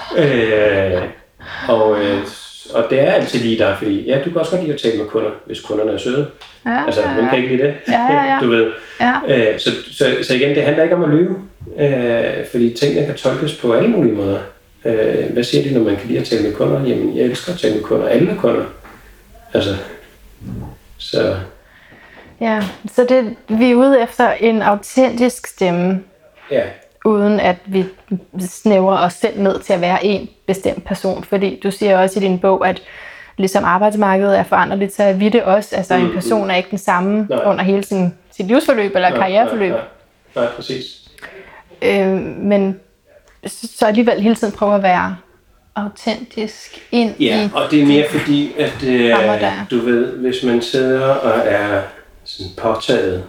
Og det er altid lige der, fordi du kan også godt lide at tale med kunder, hvis kunderne er søde. Ja, altså, hvem kan ikke lide det? Ja. Du ved. Ja. Så igen, det handler ikke om at lyve, fordi tingene kan tolkes på alle mulige måder. Hvad siger de, når man kan lide at tale med kunder? Jamen, jeg elsker at tale med kunder. Alle kunder. Altså, så... Ja, så vi er ude efter en autentisk stemme. Ja. Uden at vi snævrer os selv ned til at være en bestemt person. Fordi du siger også i din bog, at ligesom arbejdsmarkedet er foranderligt, så er vi det også. Altså en person er ikke den samme under hele sit livsforløb eller karriereforløb. Nej, præcis. Men så alligevel hele tiden prøve at være autentisk ind i... Ja, og det er mere fordi, at du ved, hvis man sidder og er sådan påtaget,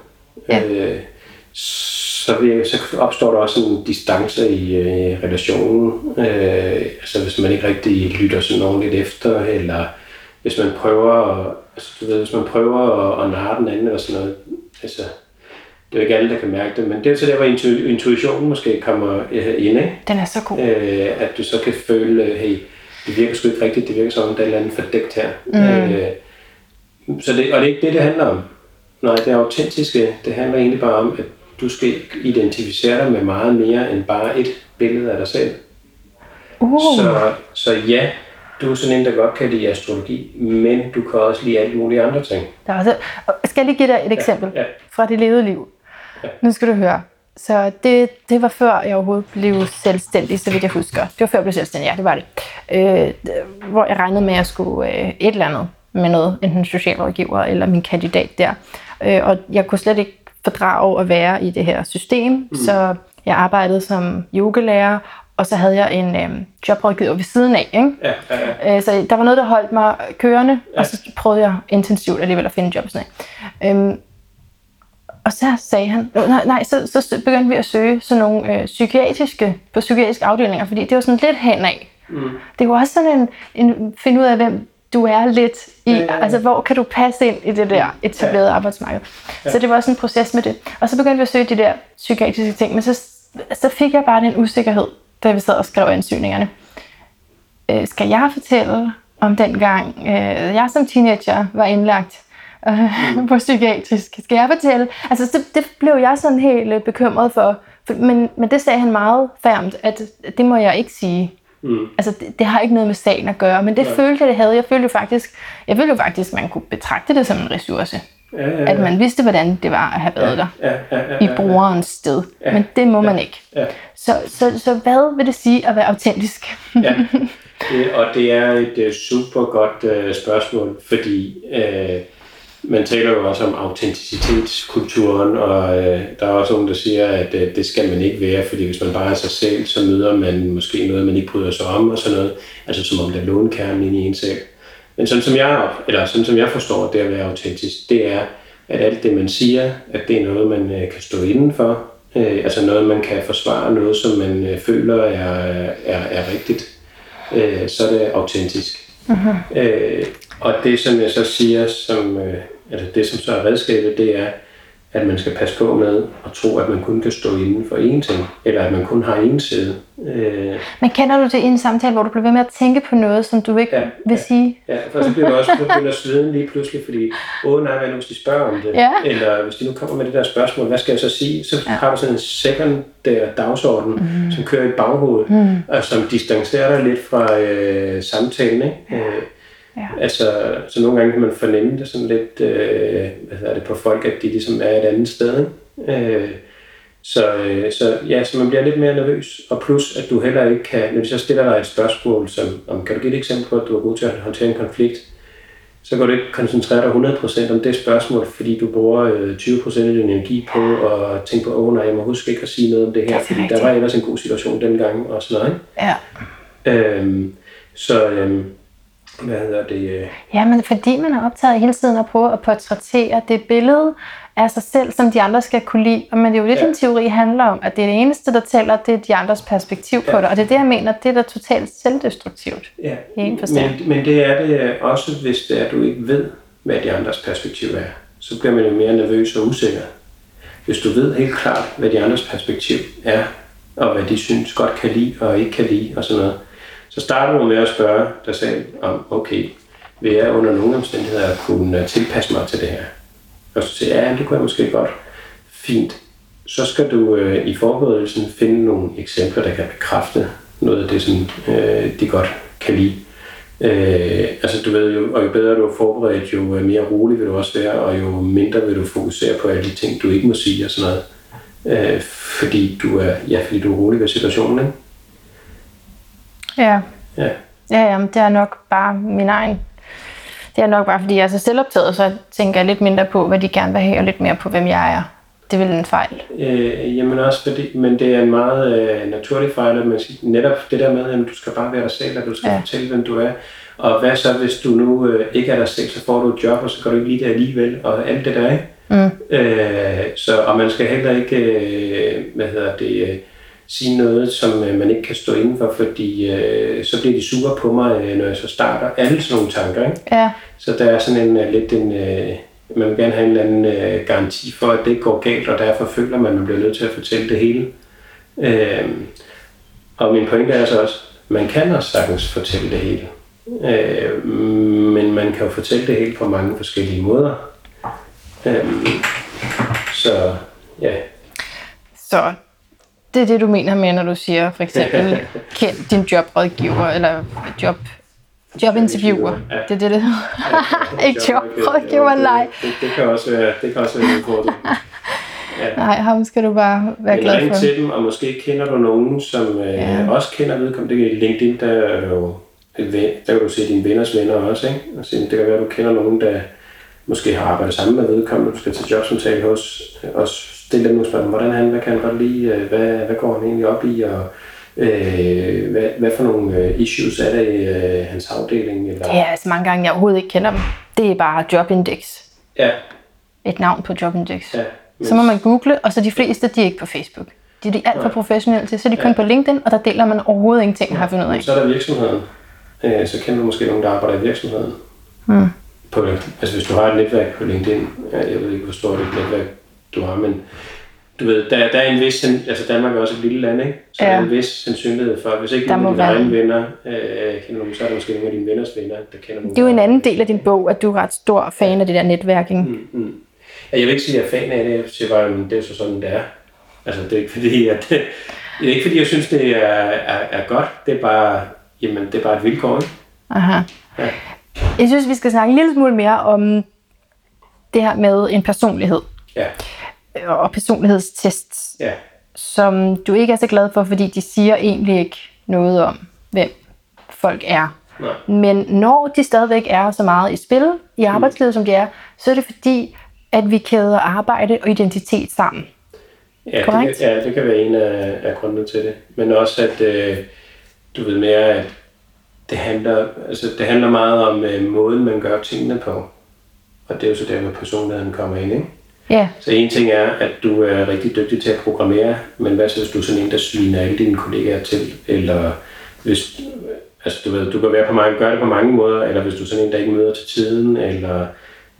så opstår der også en distance i relationen. Altså hvis man ikke rigtig lytter sådan ordentligt efter, eller hvis man prøver, hvis man prøver at narre den anden eller sådan noget. Altså, det er jo ikke alle, der kan mærke det, men det er så der, hvor intuitionen måske kommer ind, ikke? Den er så god. At du så kan føle, hey, det virker sgu ikke rigtigt, det virker som om der er et eller andet fordækt her. Så det, og det er ikke det handler om. Nej, det autentiske, det handler egentlig bare om, at du skal identificere dig med meget mere end bare et billede af dig selv. Så ja, du er sådan en, der godt kan lide astrologi, men du kan også lide alle mulige andre ting. Skal jeg lige give dig et eksempel fra dit levede liv? Ja. Nu skal du høre. Så det var før jeg overhovedet blev selvstændig, så vidt jeg husker. Det var før jeg blev selvstændig, ja, det var det. Hvor jeg regnede med, at jeg skulle et eller andet med noget, enten socialrådgiver eller min kandidat der. Og jeg kunne slet ikke fordrage at være i det her system, så jeg arbejdede som yogalærer, og så havde jeg en jobrådgiver ved siden af, ikke? Ja. Så der var noget, der holdt mig kørende, og så prøvede jeg intensivt alligevel at finde job sådan af. Og så sagde han, så begyndte vi at søge sådan nogle psykiatriske afdelinger, fordi det var sådan lidt henad. Det var også sådan en finde ud af, hvem du er lidt i, altså hvor kan du passe ind i det der etablerede arbejdsmarked. Så det var også en proces med det. Og så begyndte vi at søge de der psykiatriske ting, men så fik jeg bare den usikkerhed, da vi sad og skrev ansøgningerne. Skal jeg fortælle om dengang, jeg som teenager var indlagt på psykiatrisk? Skal jeg fortælle? Altså det blev jeg sådan helt bekymret for, men det sagde han meget fermt, at det må jeg ikke sige. Altså det har ikke noget med sagen at gøre, men det følte jeg, det havde. Jeg følte jo faktisk, man kunne betragte det som en ressource. At man vidste, hvordan det var at have været der i brugerens sted. Men det må man ikke. Så hvad vil det sige at være autentisk? Og det er et super godt spørgsmål, fordi man taler jo også om autenticitetskulturen, og der er også nogen, der siger, at det skal man ikke være, fordi hvis man bare er sig selv, så møder man måske noget, man ikke bryder sig om, og sådan noget. Altså som om der er lånekernen inde i en selv. Men sådan som jeg forstår det at være autentisk, det er, at alt det, man siger, at det er noget, man kan stå indenfor. Altså noget, man kan forsvare, noget, som man føler er rigtigt. Så er det autentisk. Og det, som jeg så siger, det som så er redskabet, det er, at man skal passe på med at tro, at man kun kan stå inden for én ting, eller at man kun har én side. Men kender du det i en samtale, hvor du bliver ved med at tænke på noget, som du ikke vil sige? Ja, for så bliver du også begyndt at svede lige pludselig, fordi nej, hvad nu, hvis de spørger om det? Ja. Eller hvis de nu kommer med det der spørgsmål, hvad skal jeg så sige? Så har du sådan en sekundær dagsorden, som kører i baghovedet, og som distancerer dig lidt fra samtalen, ikke? Altså, så nogle gange kan man fornemme det sådan lidt, på folk, at de ligesom er et andet sted, ikke? Så man bliver lidt mere nervøs, og plus at du heller ikke kan, når de så stiller dig et spørgsmål, som kan du give et eksempel på, at du er god til at håndtere en konflikt, så kan du ikke koncentrere dig 100% om det spørgsmål, fordi du bruger 20% af din energi på at tænke på, nej, jeg må huske ikke at sige noget om det her, fordi der var ellers en god situation dengang, og sådan noget, ikke? Ja, men fordi man er optaget hele tiden at prøve at portrættere det billede af sig selv, som de andre skal kunne lide. Men det er jo det, din teori handler om, at det er det eneste, der tæller, det er de andres perspektiv på det. Og det er det, jeg mener, det er da totalt selvdestruktivt. Ja, men det er det også, hvis det er, at du ikke ved, hvad de andres perspektiv er. Så bliver man jo mere nervøs og usikker. Hvis du ved helt klart, hvad de andres perspektiv er, og hvad de synes godt kan lide og ikke kan lide og sådan noget, så starter du med at spørge dig selv om, okay, vil jeg under nogle omstændigheder kunne tilpasse mig til det her? Og så siger det kunne jeg måske godt. Fint. Så skal du i forberedelsen finde nogle eksempler, der kan bekræfte noget af det, som de godt kan lide. Du ved jo, og jo bedre du er forberedt, jo mere rolig vil du også være, og jo mindre vil du fokusere på alle de ting, du ikke må sige og sådan noget. Fordi du er rolig ved situationen, ikke? Ja, det er nok bare min egen. Det er nok bare, fordi jeg er så selvoptaget, så tænker jeg lidt mindre på, hvad de gerne vil have, og lidt mere på, hvem jeg er. Det er vel en fejl. Jamen også fordi, men det er en meget naturlig fejl, at man siger, netop det der med, at du skal bare være dig selv, og du skal fortælle, hvem du er. Og hvad så, hvis du nu ikke er dig selv, så får du et job, og så kan du ikke lide det alligevel, og alt det der, ikke? Og man skal heller ikke, sige noget, som man ikke kan stå indenfor, fordi så bliver de sure på mig, når jeg så starter. Alle sådan nogle tanker, ikke? Ja. Så der er sådan man vil gerne have en eller anden garanti for, at det ikke går galt, og derfor føler man bliver nødt til at fortælle det hele. Og min pointe er så også, man kan også sagtens fortælle det hele. Men man kan jo fortælle det hele på mange forskellige måder. Så det er det, du mener med, når du siger for eksempel, kend din jobrådgiver, eller jobinterviewer. Ja. Det er det hedder. Ikke jobrådgiver, nej. Det kan også være en udfordring. Ja. Nej, ham skal du bare være glad for. Ring til dem, og måske kender du nogen, som også kender vedkommende. Det kan LinkedIn, der kan du se dine venners venner også, ikke? Og det kan være, at du kender nogen, der måske har arbejdet sammen med vedkommende, du skal til jobsamtale hos, og stille dem nogle spørgsmål, hvad kan han godt lide, hvad går han egentlig op i, og hvad for nogle issues er der i hans afdeling? Eller? Det er altså mange gange, jeg overhovedet ikke kender dem. Det er bare Jobindex. Ja. Et navn på Jobindex. Ja, så må man google, og så de fleste, de er ikke på Facebook. De er alt for professionelle til, så de kun på LinkedIn, og der deler man overhovedet ingenting, har fundet ud af. Så er der virksomheden. Så kender du måske nogen, der arbejder i virksomheden. Hvis du har et netværk på LinkedIn, jeg ved ikke, hvor stort et netværk du har, men du ved, der er en vis, Danmark er også et lille land, ikke? Så der er en vis sandsynlighed for, hvis ikke nogle af dine egne venner kender nogen, så er der måske nogle af dine venners venner, der kender nogen. Det er jo en anden del af din bog, at du er ret stor fan af det der netværking. Jeg vil ikke sige, at jeg er fan af det, jeg siger bare, at det er så sådan, det er. Altså, det er ikke fordi, jeg synes, det er godt, det er bare, det er bare et vilkår, ikke? Aha. Ja. Jeg synes, vi skal snakke en lille smule mere om det her med en personlighed. Ja. Og personlighedstests, som du ikke er så glad for, fordi de siger egentlig ikke noget om, hvem folk er. Nej. Men når de stadigvæk er så meget i spil i arbejdslivet, som de er, så er det fordi, at vi kæder arbejde og identitet sammen. Ja, det kan være en af grundene til det. Men også, at du ved mere, at det handler meget om måden, man gør tingene på. Og det er jo så der, hvor personligheden kommer ind, ikke? Ja. Så en ting er, at du er rigtig dygtig til at programmere, men hvad så, hvis du er sådan en, der sviner alle dine kollegaer til? Eller hvis, du ved, du kan gøre det på mange måder, eller hvis du er sådan en, der ikke møder til tiden, eller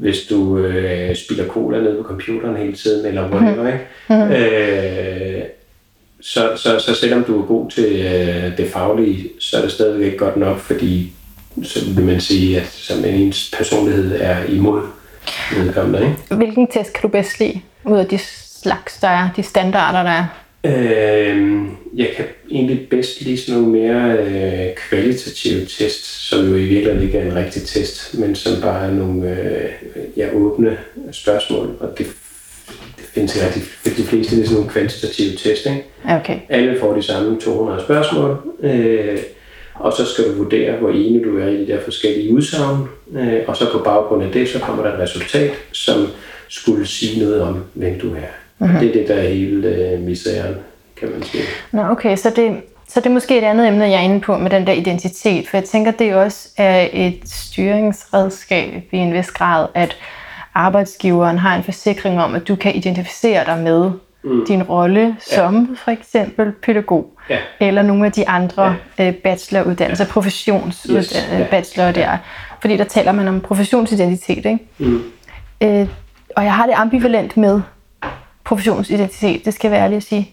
hvis du spiller cola ned på computeren hele tiden, eller whatever, ikke? Så selvom du er god til det faglige, så er det stadigvæk ikke godt nok, fordi så vil man sige, at som ens personlighed er imod vedkommende, ikke? Hvilken test kan du bedst lide, ud af de slags, der er, de standarder, der er? Jeg kan egentlig bedst lide sådan nogle mere kvalitative test, som jo i virkeligheden ikke er en rigtig test, men som bare er nogle åbne spørgsmål, og det findes ikke rigtig. For de fleste det er sådan nogle kvantitative test, ikke? Okay. Alle får de samme 200 spørgsmål, og så skal du vurdere, hvor enig du er i de der forskellige udsagn, og så på baggrund af det, så kommer der et resultat, som skulle sige noget om, hvem du er. Mm-hmm. Det er det, der er hele misæren, kan man sige. Nå, okay, så det er måske et andet emne, jeg er inde på med den der identitet, for jeg tænker, det også er et styringsredskab i en vis grad, at arbejdsgiveren har en forsikring om, at du kan identificere dig med din rolle som for eksempel pædagog, eller nogle af de andre bacheloruddannelser, professionsbachelorer der. Fordi der taler man om professionsidentitet, ikke? Og jeg har det ambivalent med professionsidentitet, det skal jeg være ærlig at sige.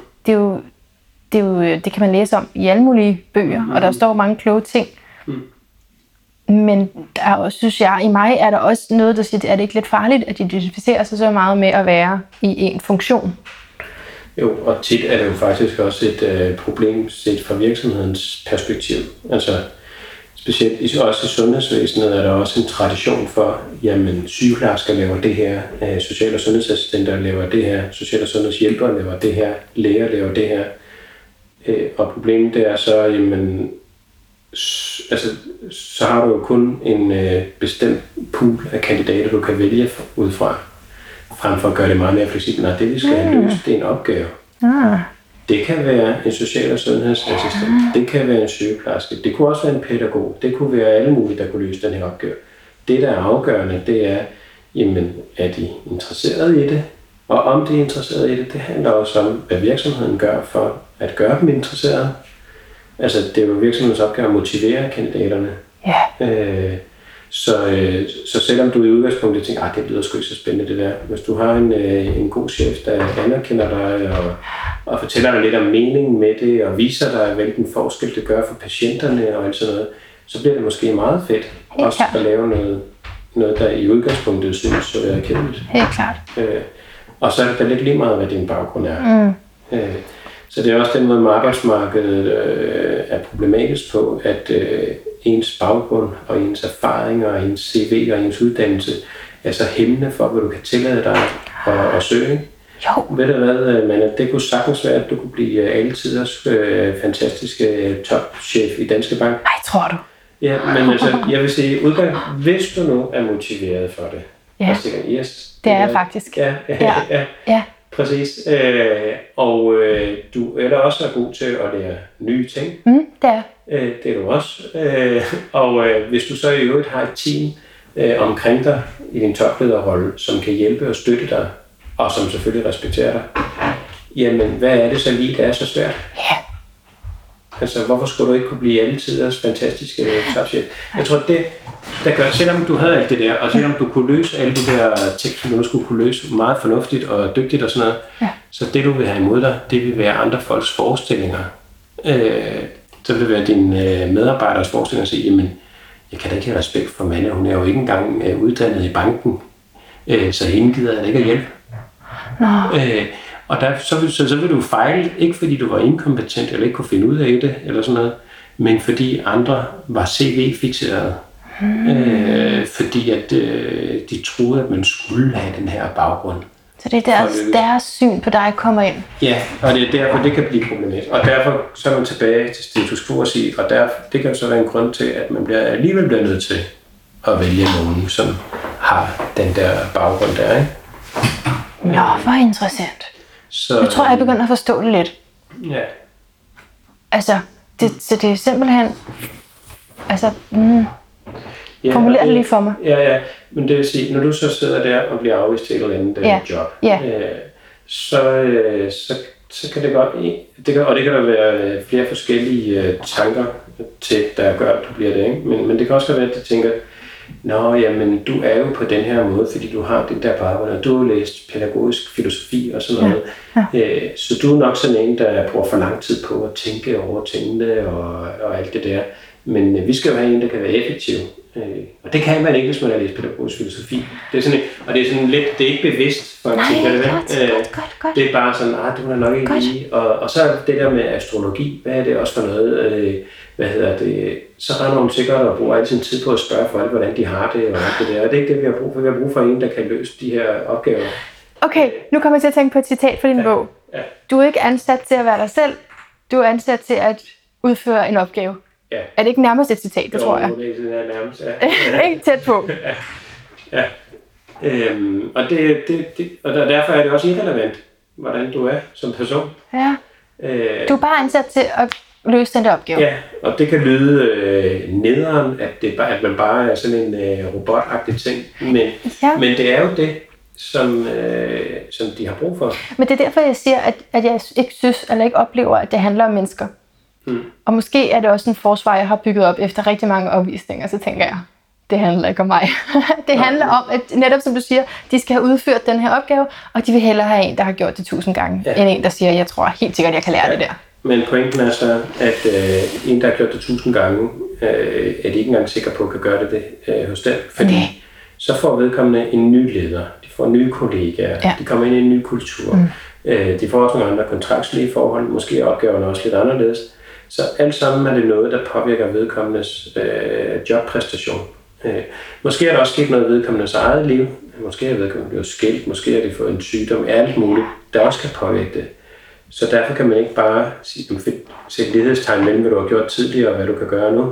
Det kan man læse om i alle mulige bøger, og der står mange kloge ting. Men der er også, synes jeg, i mig er der også noget, der siger, er det ikke lidt farligt, at identificere sig så meget med at være i en funktion? Jo, og tit er det jo faktisk også et problem set fra virksomhedens perspektiv. Altså specielt også i sundhedsvæsenet er der også en tradition for, jamen sygeplejersker laver det her, social- og sundhedsassistenter laver det her, social- og sundhedshjælpere laver det her, læger laver det her. Og problemet det er så, jamen, altså, så har du jo kun en bestemt pool af kandidater, du kan vælge ud fra, frem for at gøre det meget mere fleksibelt. Nej, det vi skal have løst, det er en opgave. Det kan være en social- og sundhedsassistent, det kan være en sygeplejerske, det kunne også være en pædagog, det kunne være alle mulige, der kunne løse den her opgave. Det, der er afgørende, det er, jamen, er de interesseret i det? Og om de er interesseret i det, det handler også om, hvad virksomheden gør for at gøre dem interesserede. Altså, det er jo virksomhedens opgave at motivere kandidaterne. Så selvom du i udgangspunktet tænker, det lyder sgu ikke så spændende det der. Hvis du har en god chef, der anerkender dig og fortæller dig lidt om meningen med det, og viser dig, hvilken forskel det gør for patienterne og alt sådan noget, så bliver det måske meget fedt også at lave noget, der i udgangspunktet synes så være kedeligt. Helt klart. Og så er det da lidt lige meget, hvad din baggrund er. Så det er også den måde, med arbejdsmarkedet er problematisk på, at ens baggrund og ens erfaringer og ens CV og ens uddannelse er så hæmmende for, hvad du kan tillade dig at søge. Jo. Ved du hvad, man, det kunne sagtens være, at du kunne blive altiders fantastiske topchef i Danske Bank. Nej, tror du? Ja, men altså, jeg vil sige, hvis du nu er motiveret for det, så yes, det er jeg faktisk. Ja. Præcis. Du er da også god til at lære nye ting. Det er. Det er du også. Hvis du så i øvrigt har et team omkring dig i din toplederrolle, som kan hjælpe og støtte dig, og som selvfølgelig respekterer dig, jamen hvad er det så lige, der er så svært? Ja. Altså, hvorfor skulle du ikke kunne blive altiders fantastiske topchef? Jeg tror, det der gør, selvom du havde alt det der, og selvom du kunne løse alle de der ting, som du skulle kunne løse meget fornuftigt og dygtigt og sådan noget, så det du vil have imod dig, det vil være andre folks forestillinger. Så vil det være dine medarbejderes forestillinger at sige, jamen, jeg kan da ikke have respekt for Manna, hun er jo ikke engang uddannet i banken, så hende gider jeg da ikke at hjælpe. Og så vil du fejle, ikke fordi du var inkompetent eller ikke kunne finde ud af det, eller sådan noget, men fordi andre var CV-fixerede. Fordi at de troede, at man skulle have den her baggrund. Så det er deres syn på dig kommer ind? Ja, og det er derfor, det kan blive problematisk. Og derfor så er man tilbage til status quo og sige, og det kan så være en grund til, at man alligevel bliver nødt til at vælge nogen, som har den der baggrund der, ikke? Nå, hvor interessant. Så, jeg tror, jeg begynder at forstå det lidt. Ja. Altså, så det er simpelthen... Altså, formulér det lige for mig. Ja, men det vil sige, når du så sidder der og bliver afvist til et eller andet job, så kan det godt... Og det kan der være flere forskellige tanker til, der gør, at du bliver det, ikke? Men det kan også godt være, at de tænker, jamen du er jo på den her måde, fordi du har det der baggrund, og du har læst pædagogisk filosofi og sådan noget. Så du er nok sådan en, der bruger for lang tid på at tænke over tingene og alt det der. Men vi skal jo have en, der kan være effektiv. Og det kan man ikke, hvis man har læst pædagogisk filosofi. Det er sådan, og det er sådan lidt, det er ikke bevidst for en ting. Godt. Det er bare sådan, du er nok ikke lige. Og så det der med astrologi, hvad er det også for noget? Så render hun sikkert og bruger al sin tid på at spørge folk, hvordan de har det og alt det der. Og det er ikke det, vi har brug for. Vi har brug for en, der kan løse de her opgaver. Okay, nu kommer jeg til at tænke på et citat fra din bog. Ja. Du er ikke ansat til at være dig selv. Du er ansat til at udføre en opgave. Ja. Er det ikke nærmest et citat, det tror jeg? Jo, det er nærmest, ja. Ikke tæt på. Ja. Og derfor er det også irrelevant, hvordan du er som person. Ja. Du er bare ansat til at løse den der opgave. Ja, og det kan lyde nederen, at man bare er sådan en robotagtig ting, men det er jo det, som de har brug for. Men det er derfor, jeg siger, at jeg ikke synes, eller ikke oplever, at det handler om mennesker. Og måske er det også en forsvar, jeg har bygget op efter rigtig mange opvisninger, så tænker jeg, det handler ikke om mig. Det handler om, at netop som du siger, de skal have udført den her opgave, og de vil hellere have en, der har gjort det 1000 gange, end en, der siger, jeg tror helt sikkert, jeg kan lære det der. Men pointen er så, at en, der har gjort det 1000 gange, er de ikke engang sikre på, at kan gøre det hos den. Fordi så får vedkommende en ny leder, de får nye kollegaer, de kommer ind i en ny kultur, de får også nogle andre kontraktslige forhold, måske er opgaverne også lidt anderledes. Så alt sammen er det noget, der påvirker vedkommendes jobpræstation. Måske er der også sket noget i vedkommendes eget liv. Måske er vedkommende blevet skilt, måske har de fået en sygdom, alt muligt, der også kan påvirke det. Så derfor kan man ikke bare sætte lighedstegn mellem, hvad du har gjort tidligere og hvad du kan gøre nu.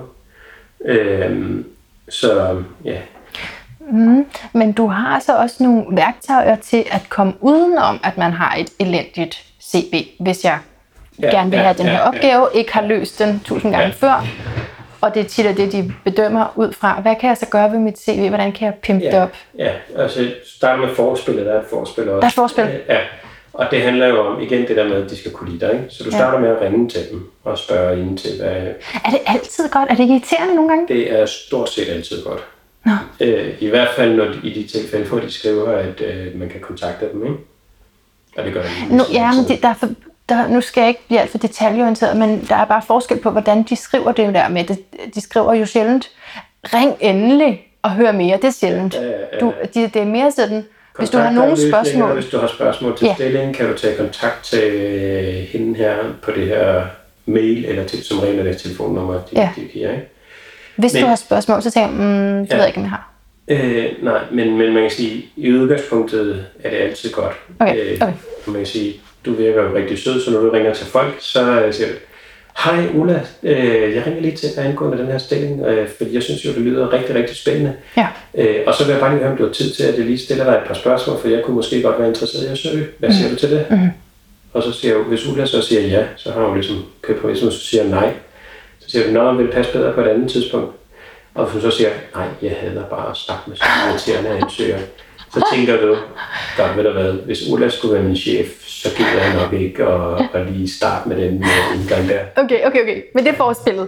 Men du har så også nogle værktøjer til at komme udenom, at man har et elendigt CV, hvis jeg gerne vil have den her opgave, ikke har løst den 1000 gange før, og det er tit det, de bedømmer ud fra. Hvad kan jeg så gøre ved mit CV? Hvordan kan jeg pimpe det op? Ja, altså start med forspillet. Der er et forspil også. Der er et forspil? Ja, og det handler jo om, igen, det der med, at de skal kunne lide dig, ikke? Så du starter med at ringe til dem og spørge ind til, hvad... Er det altid godt? Er det irriterende nogle gange? Det er stort set altid godt. Nå. I hvert fald i de tilfælde, hvor de skriver, at man kan kontakte dem, ikke? Og det gør de. Nu skal jeg ikke blive alt for detaljeorienteret, men der er bare forskel på, hvordan de skriver det der med. De skriver jo sjældent, ring endelig og hør mere. Det er sjældent. Det er mere sådan, hvis du har nogle spørgsmål. Hvis du har spørgsmål til stillingen, kan du tage kontakt til hende her på det her mail, eller som regel er det telefonnummer, de giver, ikke? Hvis du har spørgsmål, så tænker jeg, det ved jeg ikke, om jeg har. Nej, men man kan sige, i udgangspunktet er det altid godt. Okay. Man kan sige, du virker jo rigtig sød, så når du ringer til folk, så siger du, hej Ulla, jeg ringer lige til angående den her stilling, fordi jeg synes jo, det lyder rigtig, rigtig spændende. Ja. Og så vil jeg bare lige høre, om du har tid til, at jeg lige stiller dig et par spørgsmål, for jeg kunne måske godt være interesseret i at søge. Hvad siger du til det? Og så siger jeg, hvis Ulla så siger ja, så har hun ligesom købt på, hvis hun så siger nej, så siger du, vil det passe bedre på et andet tidspunkt? Og hvis hun så siger, nej, jeg hader bare at snakke med sådan en irriterende ansøger, så tænker du, godt ved du hvad, hvis Ulla skulle være min chef, så gider jeg nok ikke at lige starte med den indgang der. Okay. Men det er forspillet.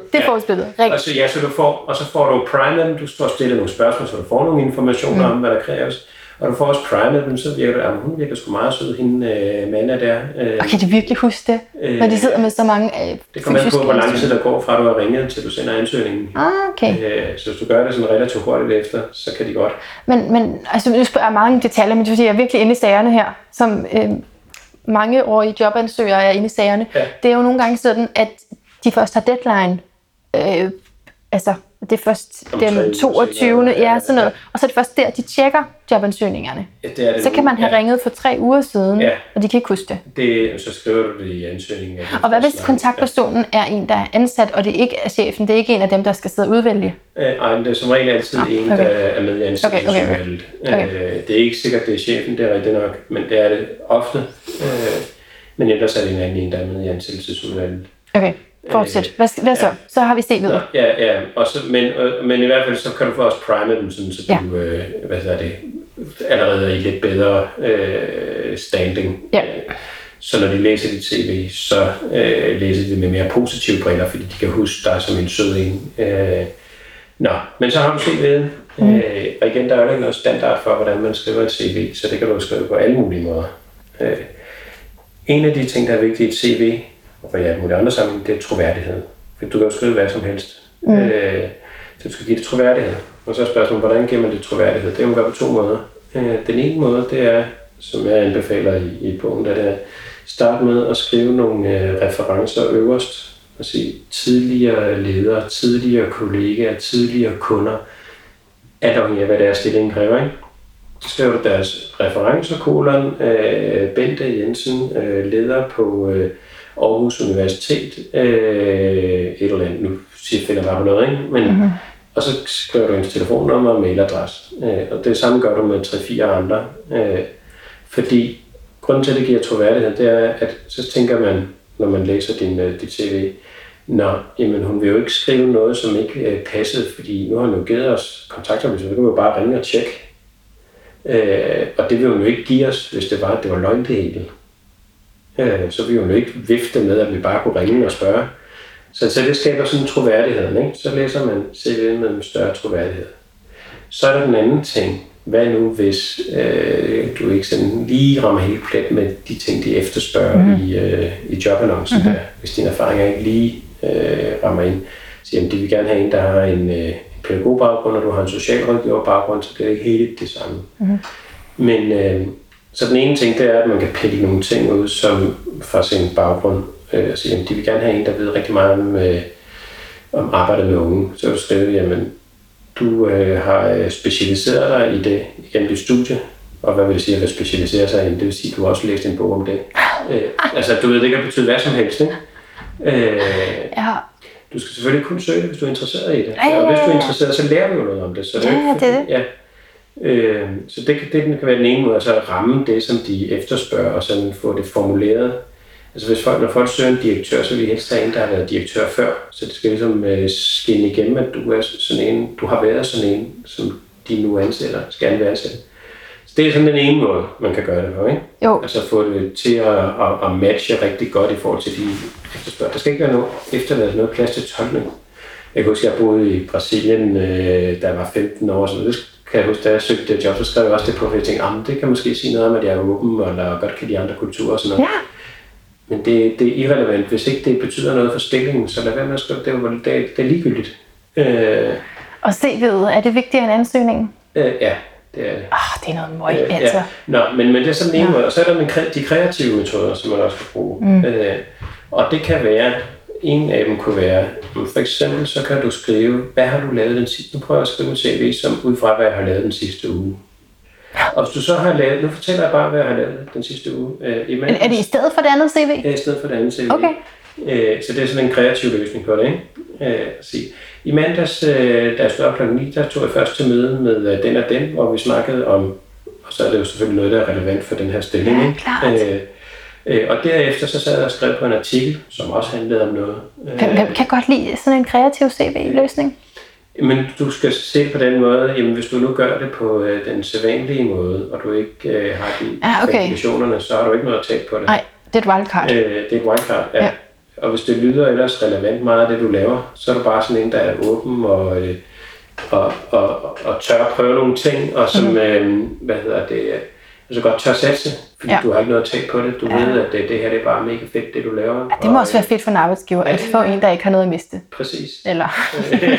Og så får du primet, du står stille nogle spørgsmål, så du får nogle informationer om, hvad der kræves. Og du får også primet dem, så virker det, hun virker sgu meget sød, hende Manna der. Og kan de virkelig huske det, når de sidder med så mange det kommer an på, hvor lang tid der går fra, du har ringet, til du sender ansøgningen. Okay. Så hvis du gør det sådan relativt hurtigt efter, så kan de godt. Men altså, nu spørger jeg mange detaljer, men det er fordi, jeg er virkelig inde i sagerne her, som mange årige jobansøgere er inde i sagerne. Ja. Det er jo nogle gange sådan, at de først har deadline, det er først den 22. Sådan noget. Og så er det først der, de tjekker jobansøgningerne. Ja, det så kan man have ringet for 3 uger siden, og de kan ikke huske det. Så skriver du det i ansøgningen. Og hvad hvis kontaktpersonen er en, der er ansat, og det ikke er chefen, det er ikke en af dem, der skal sidde og udvælge? Nej, det er som regel altid en, der er med i ansættelsesudvalget. Det er ikke sikkert, det er chefen, det er rigtigt nok, men det er det ofte. Men ellers er det en anden en, der er med i ansættelsesudvalget. Okay. Fortsæt. Hvad så? Så har vi set videre. Ja. Og så, men i hvert fald så kan du få også prime dem, sådan, så du allerede er i lidt bedre standing. Ja. Så når de læser dit CV, så læser de med mere positive briller, fordi de kan huske dig som en sød en. Men så har du CV'et. Og igen, der er jo ikke noget standard for, hvordan man skriver et CV, så det kan du skrive på alle mulige måder. En af de ting, der er vigtige i et CV, og i alle mulige andre sammenhæng, det er troværdighed. For du kan jo skrive hvad som helst. Så du skal give det troværdighed. Og så er spørgsmålet, hvordan giver man det troværdighed? Det kan man gøre på 2 måder. Den ene måde, det er, som jeg anbefaler i bogen, det er start med at skrive nogle referencer øverst. Og sige tidligere ledere, tidligere kollegaer, tidligere kunder, alt afhængig af, hvad det er, stillingen kræver, ikke? Så skriver du deres referencer, Bente Jensen, leder på Aarhus Universitet, et eller andet, nu finder jeg bare på noget, ikke? Men, og så skriver du ens telefonnummer og mailadresse. Og det samme gør du med 3-4 andre. Fordi grunden til, at det giver troværdighed, det er, at så tænker man, når man læser dit CV, jamen hun vil jo ikke skrive noget, som ikke passede, fordi nu har hun jo givet os kontaktoplysninger, så kan vi jo bare ringe og tjekke. Og det vil hun jo ikke give os, hvis det var løgn det hele. Så vil hun jo ikke vifte med, at vi bare kunne ringe og spørge. Så det skaber sådan en troværdighed, ikke? Så læser man CV'en med en større troværdighed. Så er der den anden ting. Hvad nu, hvis du ikke sådan lige rammer helt plet med de ting, de efterspørger i jobannoncen der. Hvis dine erfaringer ikke lige rammer ind. Så jamen, de vil gerne have en, der har en pædagogbaggrund, og du har en socialrådgiverbaggrund, så det er ikke helt det samme. Men så den ene ting, det er, at man kan pille nogle ting ud, som fra sin baggrund. Så jamen, de vil gerne have en, der ved rigtig meget om arbejdet med unge. Så du skriver, jamen, du har specialiseret dig i det igennem dit studie, og hvad vil det sige at specialisere sig i? Det vil sige, at du har også læst en bog om det. Altså, du ved, det kan betyde hvad som helst, ikke? Du skal selvfølgelig kun søge det, hvis du er interesseret i det. Og hvis du er interesseret, så lærer du jo noget om det. Så det er det. Ja. Så det kan være den ene måde, altså at ramme det, som de efterspørger, og sådan få det formuleret. Altså når folk søger en direktør, så vil de helst have en, der har været direktør før. Så det skal ligesom skinne igennem, at du er sådan en, du har været sådan en, som de nu ansætter, skal være ansætte. Så det er sådan den ene måde, man kan gøre det på, ikke? Jo. Altså få det til at matche rigtig godt i forhold til de efterspørg. Der skal ikke være noget plads til tolkning. Jeg kan huske, at jeg boede i Brasilien, da jeg var 15 år, så det kan jeg huske, da jeg søgte job, så skrev jeg også det på, for jeg tænkte, det kan måske sige noget om, at jeg er åben, eller godt kan de andre kulturer og sådan noget. Ja. Men det er irrelevant. Hvis ikke det betyder noget for stillingen, så lad være med at skrive, det er ligegyldigt. Og CV'et, er det vigtigere end ansøgningen? Ja, det er det. Det er noget møg, altså. Ja. Men det er sådan en måde. Og så er der de kreative metoder, som man også kan bruge. Og det kan være, en af dem kunne være, for eksempel så kan du skrive, hvad har du lavet den sidste? Nu prøver jeg at skrive en CV, som ud fra, hvad jeg har lavet den sidste uge. Og hvis du så har lavet, nu fortæller jeg bare, hvad jeg har lavet den sidste uge. Er det i stedet for det andet CV? Ja, i stedet for det andet CV. Okay. Så det er sådan en kreativ løsning på det, ikke? I mandags, da jeg stod op kl. 9, der tog jeg først til møde med den og den, hvor vi snakkede om, og så er det jo selvfølgelig noget, der er relevant for den her stilling. Ja, klart. Og derefter så sad jeg og skrev på en artikel, som også handlede om noget. Hvem kan godt lide sådan en kreativ CV-løsning? Men du skal se på den måde, jamen hvis du nu gør det på den sædvanlige måde, og du ikke har de kvalifikationerne, så har du ikke noget at tage på det. Nej, det er et wildcard. Det er et wildcard, ja. Og hvis det lyder ellers relevant meget af det, du laver, så er du bare sådan en, der er åben og tør at prøve nogle ting, og som, altså godt tør satse, fordi du har ikke noget at tage på det. Du ved, at det her det er bare mega fedt, det du laver. Ja, det må også være fedt for en arbejdsgiver, at få en, der ikke har noget at miste. Præcis. Eller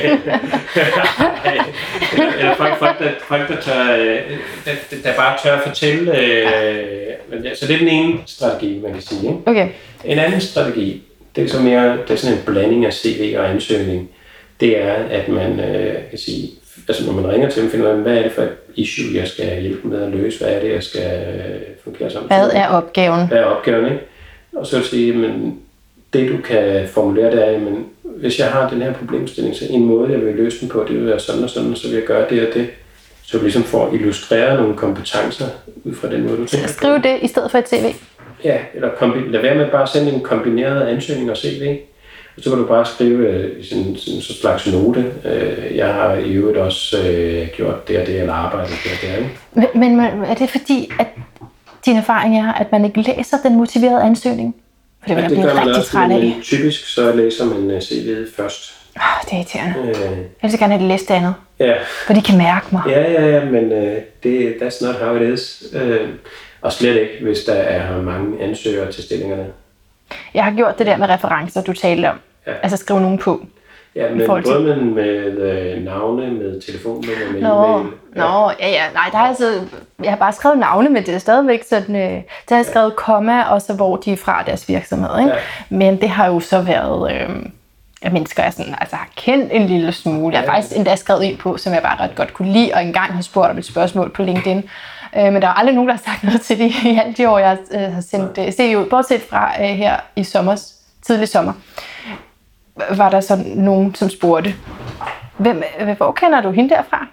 folk, der bare tør at fortælle. Så det er den ene strategi, man kan sige. Ikke? Okay. En anden strategi, det er sådan en blanding af CV og ansøgning. Det er, at man kan sige, altså når man ringer til dem, finder man, hvad er det for et issue, jeg skal hjælpe med at løse? Hvad er det, jeg skal fungere som? Hvad er opgaven? Hvad er opgaven, ikke? Og så vil jeg sige, men det du kan formulere, det er, men hvis jeg har den her problemstilling, så en måde, jeg vil løse den på, det vil være sådan og sådan, så vil jeg gøre det og det. Så ligesom for at illustrere nogle kompetencer ud fra den måde, du tænker. Skriv det i stedet for et CV? Ja, eller lad være med bare at sende en kombineret ansøgning og CV. Og så kan du bare skrive sådan en slags note. Jeg har i øvrigt også gjort det og det, eller arbejdet det og det. Ikke? Men er det fordi, at din erfaring er, at man ikke læser den motiverede ansøgning? For det vil jeg blive rigtig træt af. Typisk så læser man CV'et først. Det er irriterende. Jeg vil gerne have det læst andet. Ja. For de kan mærke mig. Ja, men that's not how it is. Og slet ikke, hvis der er mange ansøgere til stillingerne. Jeg har gjort det der med referencer, du talte om. Ja. Altså skrive nogen på. Ja, men både med navne, med telefonnummer, med e-mail. Nej, der er jeg har bare skrevet navne, men det er stadigvæk sådan, der har jeg skrevet komma, og så hvor de er fra deres virksomhed, ikke? Ja. Men det har jo så været mennesker, jeg sådan, altså, har kendt en lille smule. Jeg har faktisk endda skrevet ind på, som jeg bare ret godt kunne lide, og engang har spurgt om et spørgsmål på LinkedIn. Men der er aldrig nogen, der har sagt noget til det i alle de år, jeg har sendt CV ud, bortset fra her i tidlig sommer. Var der så nogen, som spurgte, hvor kender du hende derfra?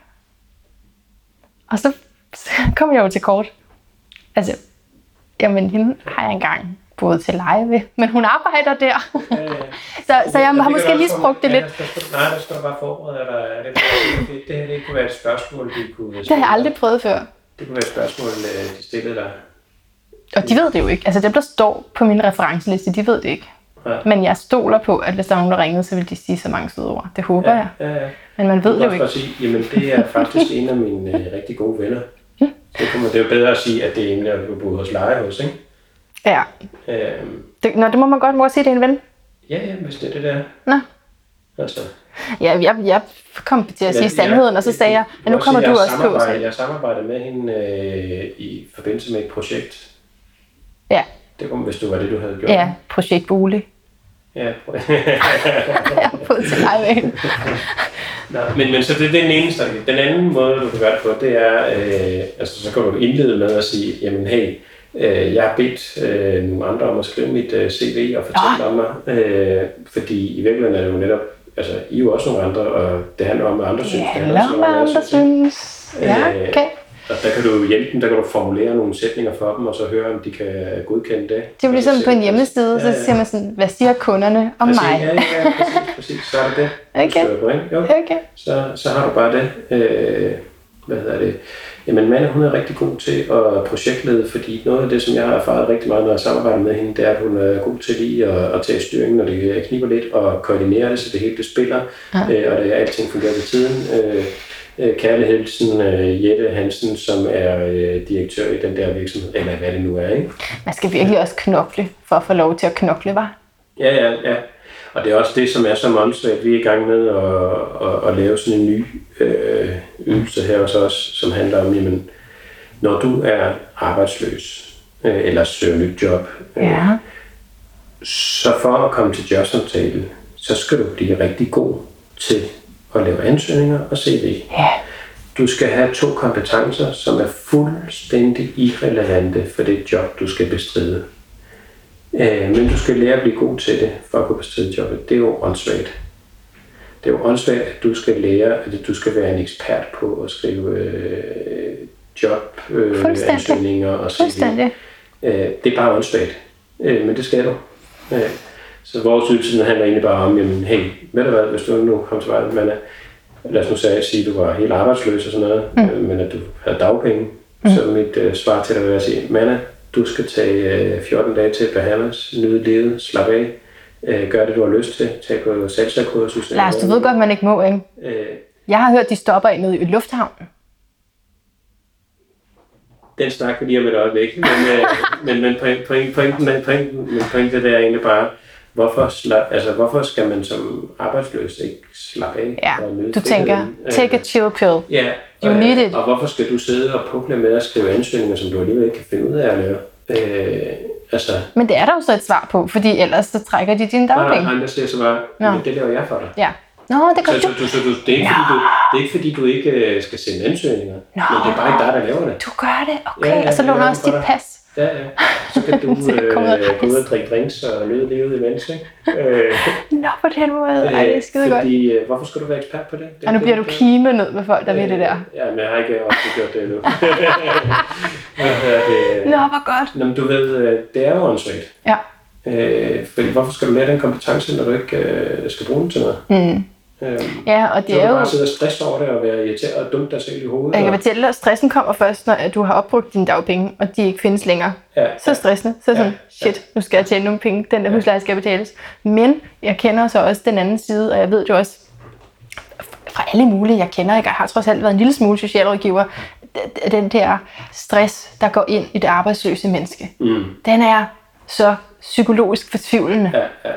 Og så kom jeg jo til kort. Altså, jamen hende har jeg engang boet til leje ved, men hun arbejder der. Så jeg har måske lige sprugt det lidt. Nej, der skal du bare forberede dig. Det her kunne være et spørgsmål, de kunne... Det har jeg aldrig prøvet før. Det kunne være et spørgsmål, de stillede dig. Og de ved det jo ikke. Altså dem, der står på min referenceliste, de ved det ikke. Ja. Men jeg stoler på, at hvis der er nogen, der ringede, så vil de sige så mange søde ord. Det håber jeg. Ja. Men man ved det jo ikke. Sige, jamen det er faktisk en af mine rigtig gode venner. Det er jo bedre at sige, at det er en, der vil bo hos leje hos, ikke? Ja. Det må man godt må sige, det er en ven. Ja, hvis det er det der. Nå. Altså. Ja, jeg kom til at sige sandheden, og så sagde jeg, at nu kommer du også på. Jeg samarbejder med hende i forbindelse med et projekt. Ja. Det kunne, hvis du var det, du havde gjort. Ja, projekt Bolig. Ja. Jeg har fået til dig. Men så det er den ene strategi. Den anden måde, du kan gøre det på, det er, altså så kan du indlede med at sige, jamen hey, jeg har bedt nogle andre om at skrive mit CV og fortælle om mig, fordi i virkeligheden er det jo netop, altså I er jo også nogle andre, og det handler om, at andre synes. Ja, det handler om, at andre synes. Ja, okay. Og der kan du hjælpe dem, der kan du formulere nogle sætninger for dem, og så høre, om de kan godkende det. Det er jo ligesom på en hjemmeside, så siger man sådan, hvad siger kunderne om mig? Ja, præcis. Så er det det. Okay. Så har du bare det. Jamen, Manna, hun er rigtig god til at projektlede, fordi noget af det, som jeg har erfaret rigtig meget, når jeg samarbejder med hende, det er, at hun er god til lige at tage styringen, når det kniber lidt, og koordinere det, så det hele det spiller, og det alting fungerer ved tiden. Kærlig hilsen Jette Hansen, som er direktør i den der virksomhed, eller hvad det nu er, ikke? Man skal virkelig også knokle, for at få lov til at knokle, hva'? Ja. Og det er også det, som er så mondsvært. Vi er i gang med at lave sådan en ny ydelse her hos os, som handler om, jamen, når du er arbejdsløs, eller søger nyt job, så for at komme til jobsamtale, så skal du blive rigtig god til at lave ansøgninger og CV. Ja. Du skal have 2 kompetencer, som er fuldstændig irrelevante for det job, du skal bestride. Men du skal lære at blive god til det, for at kunne bestride jobbet. Det er jo åndssvagt. Det er jo åndssvagt, at du skal lære, at du skal være en ekspert på at skrive jobansøgninger og CV. Det er bare åndssvagt. Men det skal du. Så vores ydelse handler egentlig bare om, jamen hey, ved du hvad, hvis du nu kommer til vejen, lad os nu sige, at du var helt arbejdsløs og sådan noget, men at du havde dagpenge, så mit svar til dig vil være at sige, Manna, du skal tage 14 dage til Bahamas, nyde livet, slap af, gør det, du har lyst til, tag på salsa-kursus. Lars, du ved godt, man ikke må, ikke? Jeg har hørt, de stopper nede i lufthavnen. Den snakker vi lige om et øjeblik, men pointen der er egentlig bare, hvorfor skal man som arbejdsløs ikke slappe af? Ja, du tænker, take a chill pill. Ja, you need it. Og hvorfor skal du sidde og pukle med at skrive ansøgninger, som du alligevel ikke kan finde ud af at lave? Men det er der jo så et svar på, fordi ellers så trækker de dine dagpenge. Nej, der siger så bare, men det laver jeg for dig. Ja. Nå, det gør du. Så det er ikke fordi du ikke skal sende ansøgninger, men det er bare ikke dig, der laver det. Du gør det, okay, og så låner også dit pas. Ja. Så kan du gå ud og drikke drinks og nyde livet imens, ikke? Nå, på den måde. Ej, det er skide godt. Fordi, hvorfor skal du være ekspert på det? Og nu bliver du kime ned med folk, der ved det der. Ja, men jeg har ikke også gjort det endnu. Nå, hvor godt. Nå, men du ved, det er jo åndssvagt. Ja. Fordi hvorfor skal du lære den kompetence, når du ikke skal bruge den til noget? Ja, og det så er jo... bare sidde og stresse over det og være irriteret og dumt dig selv i hovedet. Jeg kan fortælle dig, at stressen kommer først, når du har opbrugt dine dagpenge, og de ikke findes længere. Så stressende. Så sådan, shit, nu skal jeg tjene nogle penge, den der husleje skal betales. Men jeg kender så også den anden side, og jeg ved jo også fra alle mulige, jeg kender, jeg har trods alt været en lille smule socialrådgiver, den der stress, der går ind i det arbejdsløse menneske, den er så psykologisk fortvivlende.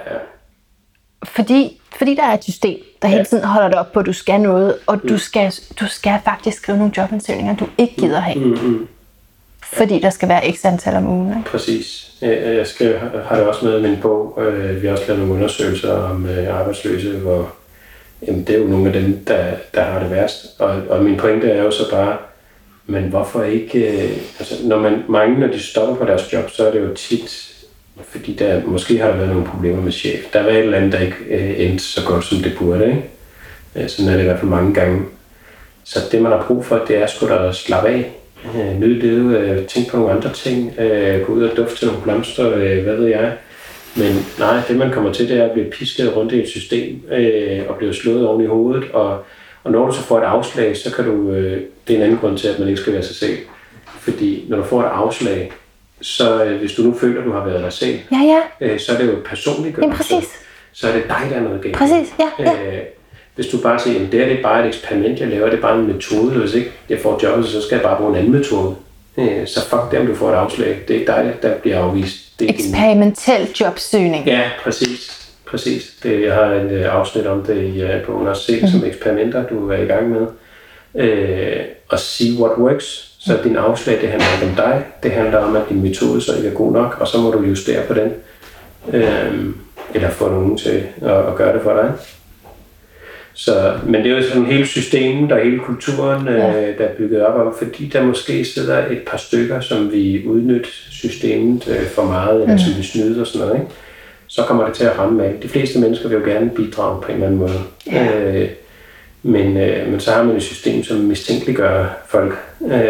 Fordi der er et system, der hele tiden holder dig op på, at du skal noget, og du skal faktisk skrive nogle jobansøgninger, du ikke gider have. Fordi der skal være x antal om ugen. Ikke? Præcis. Jeg har det også med i min bog. Vi har også lavet nogle undersøgelser om arbejdsløse, hvor det er jo nogle af dem, der har det værst. Og min pointe er jo så bare, men hvorfor ikke... altså, når de stopper på deres job, så er det jo tit... Fordi der måske har der været nogle problemer med chef. Der var et eller andet, der ikke endte så godt, som det burde. Ikke? Sådan er det i hvert fald mange gange. Så det, man har brug for, det er sgu da at slappe af. Nyde livet, tænke på nogle andre ting. Gå ud og dufte til nogle blomster, hvad ved jeg. Men nej, det man kommer til, det er at blive pisket rundt i et system og blive slået oven i hovedet. Og når du så får et afslag, så kan du... det er en anden grund til, at man ikke skal være sig selv. Fordi når du får et afslag, så hvis du nu føler, at du har været dig selv, så er det jo personligt. Så er det dig, der er noget galt. Præcis, ja. Hvis du bare siger, at det er bare et eksperiment, jeg laver, det er bare en metode, hvis ikke jeg får jobbet, så skal jeg bare bruge en anden metode. Så fuck det, om du får et afslag. Det er ikke dig, der bliver afvist. Det er eksperimentel jobsøgning. Ja, præcis. Jeg har et afsnit om det på universitetet som eksperimenter, du er i gang med. Og see what works. Så din afslag, det handler ikke om dig. Det handler om, at din metode så ikke er god nok, og så må du justere på den. Eller få nogen til at gøre det for dig. Men det er jo sådan hele systemet og hele kulturen, der er bygget op om, fordi der måske sidder et par stykker, som vi udnytter systemet for meget, eller som vi snyder og sådan noget. Ikke? Så kommer det til at ramme af. De fleste mennesker vil jo gerne bidrage på en eller anden måde. Men så har man et system, som mistænkeliggør folk,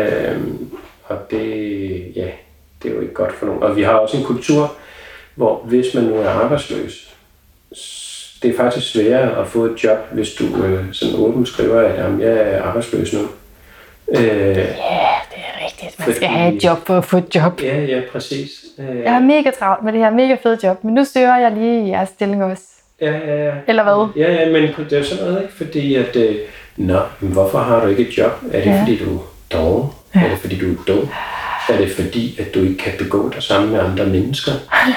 og det er jo ikke godt for nogen. Og vi har også en kultur, hvor hvis man nu er arbejdsløs, det er faktisk sværere at få et job, hvis du sådan åbent skriver, at jeg er arbejdsløs nu. Ja, det er rigtigt. Man skal have et job for at få et job. Ja, præcis. Jeg har mega travlt med det her mega fede job, men nu søger jeg lige i jeres stilling også. Ja. Eller hvad? Ja, men det er sådan noget, ikke? Fordi at, men hvorfor har du ikke et job? Er det fordi du er doven? Er det fordi du er dum? Er det fordi, at du ikke kan begå dig sammen med andre mennesker?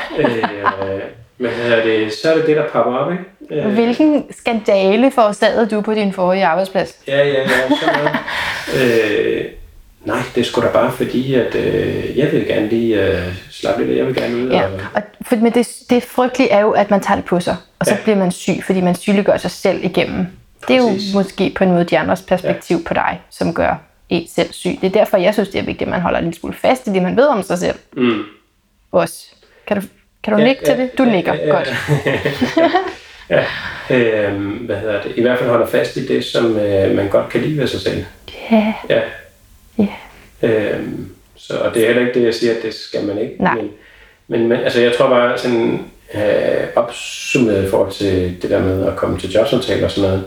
Men så er det det, der popper op, ikke? Hvilken skandale forårsagede du på din forrige arbejdsplads? Ja, sådan noget. Nej, det er sgu da bare fordi, at jeg vil gerne lige slappe lidt. Jeg vil gerne ud men det frygtelige er jo, at man tager det på sig, og så bliver man syg, fordi man sygeliggør sig selv igennem. Præcis. Det er jo måske på en måde de andres perspektiv på dig, som gør en selv syg. Det er derfor, jeg synes, det er vigtigt, at man holder en lille smule fast i det, man ved om sig selv. Også. Kan du nikke til det? Du nikker. Godt. I hvert fald holder fast i det, som man godt kan lide ved sig selv. Ja. Og det er heller ikke det, jeg siger, at det skal man ikke. Nej. Men altså, jeg tror bare sådan opsummeret i forhold til det der med at komme til jobsamtaler og sådan noget,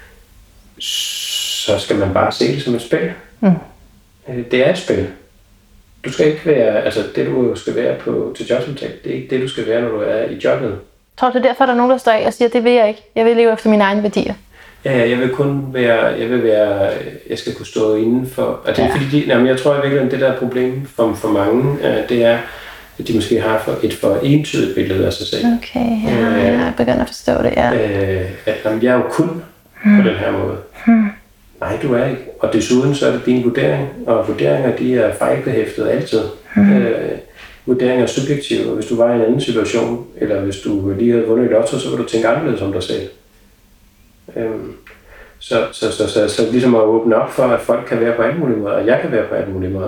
så skal man bare se det som et spil. Det er et spil. Du skal ikke være, altså det du skal være til jobsamtale, det er ikke det, du skal være, når du er i jobbet. Tror du, det er derfor, der er nogen, der står af og siger, det vil jeg ikke. Jeg vil leve efter mine egne værdier. Ja, jeg vil kun være, jeg skal kunne stå inden for, og det er fordi, jeg tror virkelig, at det der er problem for mange, det er, at de måske har et for entydigt billede af sig selv. Okay, jeg begynder at forstå det, ja. At jeg er jo kun på den her måde. Nej, du er ikke. Og desuden så er det din vurdering, og vurderinger, de er fejlbehæftet altid. Vurderinger er subjektive, og hvis du var i en anden situation, eller hvis du lige havde vundet i lotto, så ville du tænke anderledes om dig selv. Så ligesom at åbne op for, at folk kan være på alle mulige måder, og jeg kan være på alle mulige måder.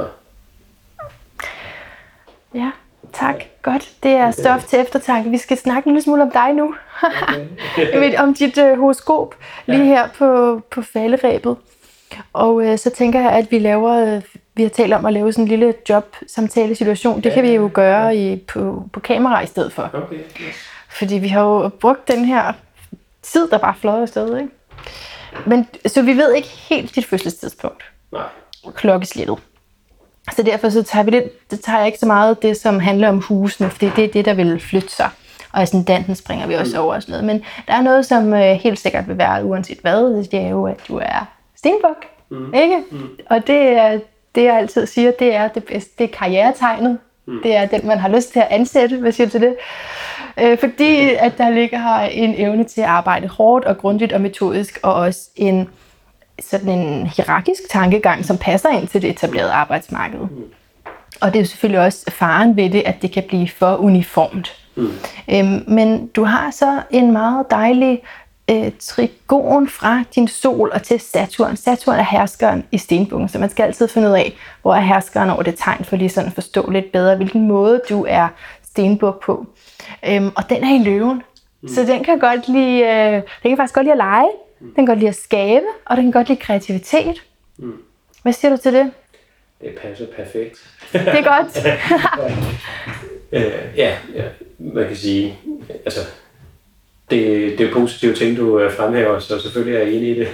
Ja, tak. Godt. Det er stof til eftertanke. Vi skal snakke en lille smule om dig nu. Om dit horoskop lige her på falderæbet. Og så tænker jeg, at vi har talt om at lave sådan en lille jobsamtale-situation. Det kan vi jo gøre på kamera i stedet for. Okay, yes. Fordi vi har jo brugt den her tid, der bare fløjet afsted, ikke? Men så vi ved ikke helt dit fødselstidspunkt. Nej. Klokkeslættet. Så derfor så tager jeg ikke så meget det, som handler om husene, fordi det er det, der vil flytte sig. Og ascendanten springer vi også over og sådan noget. Men der er noget, som helt sikkert vil være uanset hvad. Det er jo, at du er stenbuk. Ikke? Og det er det, jeg altid siger, det er det bedste. Det er karrieretegnet. Det er den, man har lyst til at ansætte. Hvad siger du til det? Fordi at der ligger her en evne til at arbejde hårdt og grundigt og metodisk, og også sådan en hierarkisk tankegang, som passer ind til det etablerede arbejdsmarked. Og det er jo selvfølgelig også faren ved det, at det kan blive for uniformt. Men du har så en meget dejlig trigon fra din sol og til Saturn. Saturn er herskeren i stenbukken, så man skal altid finde ud af, hvor er herskeren over det tegn, for lige sådan at forstå lidt bedre, hvilken måde du er stenbuk på. Og den er i løven, så den kan godt lide, den kan faktisk godt lide at lege, den kan godt lide at skabe, og den kan godt lide kreativitet. Hvad siger du til det? Det passer perfekt. Det er godt. Ja, man kan sige, altså, det er jo positive ting, du fremhæver, så selvfølgelig er jeg enig i det.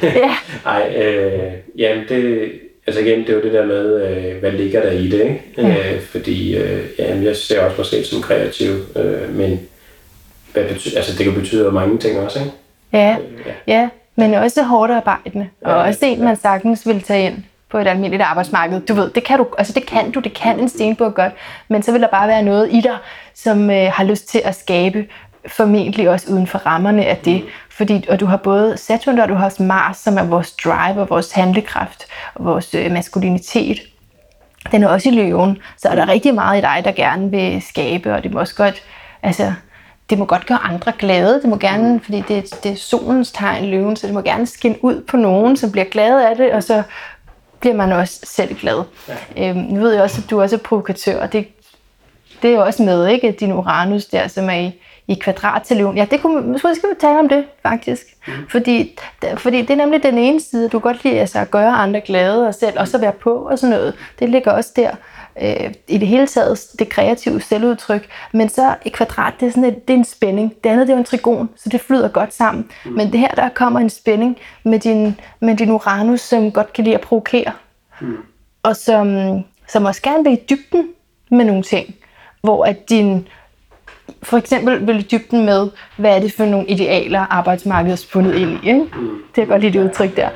Ja. Jamen altså igen, det er jo det der med, hvad ligger der i det, ikke? Fordi jeg ser også mig selv som kreativ, men altså, det kan betyde mange ting også, ikke? Ja, men også hårdt arbejdende, og også en, man sagtens vil tage ind på et almindeligt arbejdsmarked. Du ved, det kan en stenbuk godt, men så vil der bare være noget i dig, som har lyst til at skabe, formentlig også uden for rammerne af det. Og du har både Saturn, og du har også Mars, som er vores drive og vores handlekraft og vores maskulinitet. Den er også i løven, så er der rigtig meget i dig, der gerne vil skabe, og det må også godt, altså, det må godt gøre andre glade. Det må gerne, fordi det er solens tegn, løven, så det må gerne skinne ud på nogen, som bliver glade af det, og så bliver man også selv glad. Nu ved jeg også, at du også er provokatør, og det er jo også med, ikke? Din Uranus der, som er i kvadrat til løven. Ja, måske skal vi tale om det, faktisk. Fordi det er nemlig den ene side, du godt lide altså, at gøre andre glade og selv, og så være på og sådan noget. Det ligger også der. I det hele taget, det kreative selvudtryk. Men så i kvadrat, det er en spænding. Det andet, det er jo en trigon, så det flyder godt sammen. Men det her, der kommer en spænding med din Uranus, som godt kan lide at provokere. Og som også gerne vil i dybden med nogle ting. Hvor at for eksempel vil i dybden med, hvad er det for nogle idealer, arbejdsmarkedet er spundet ind i. Ikke? Det kan jeg godt lide det udtryk der.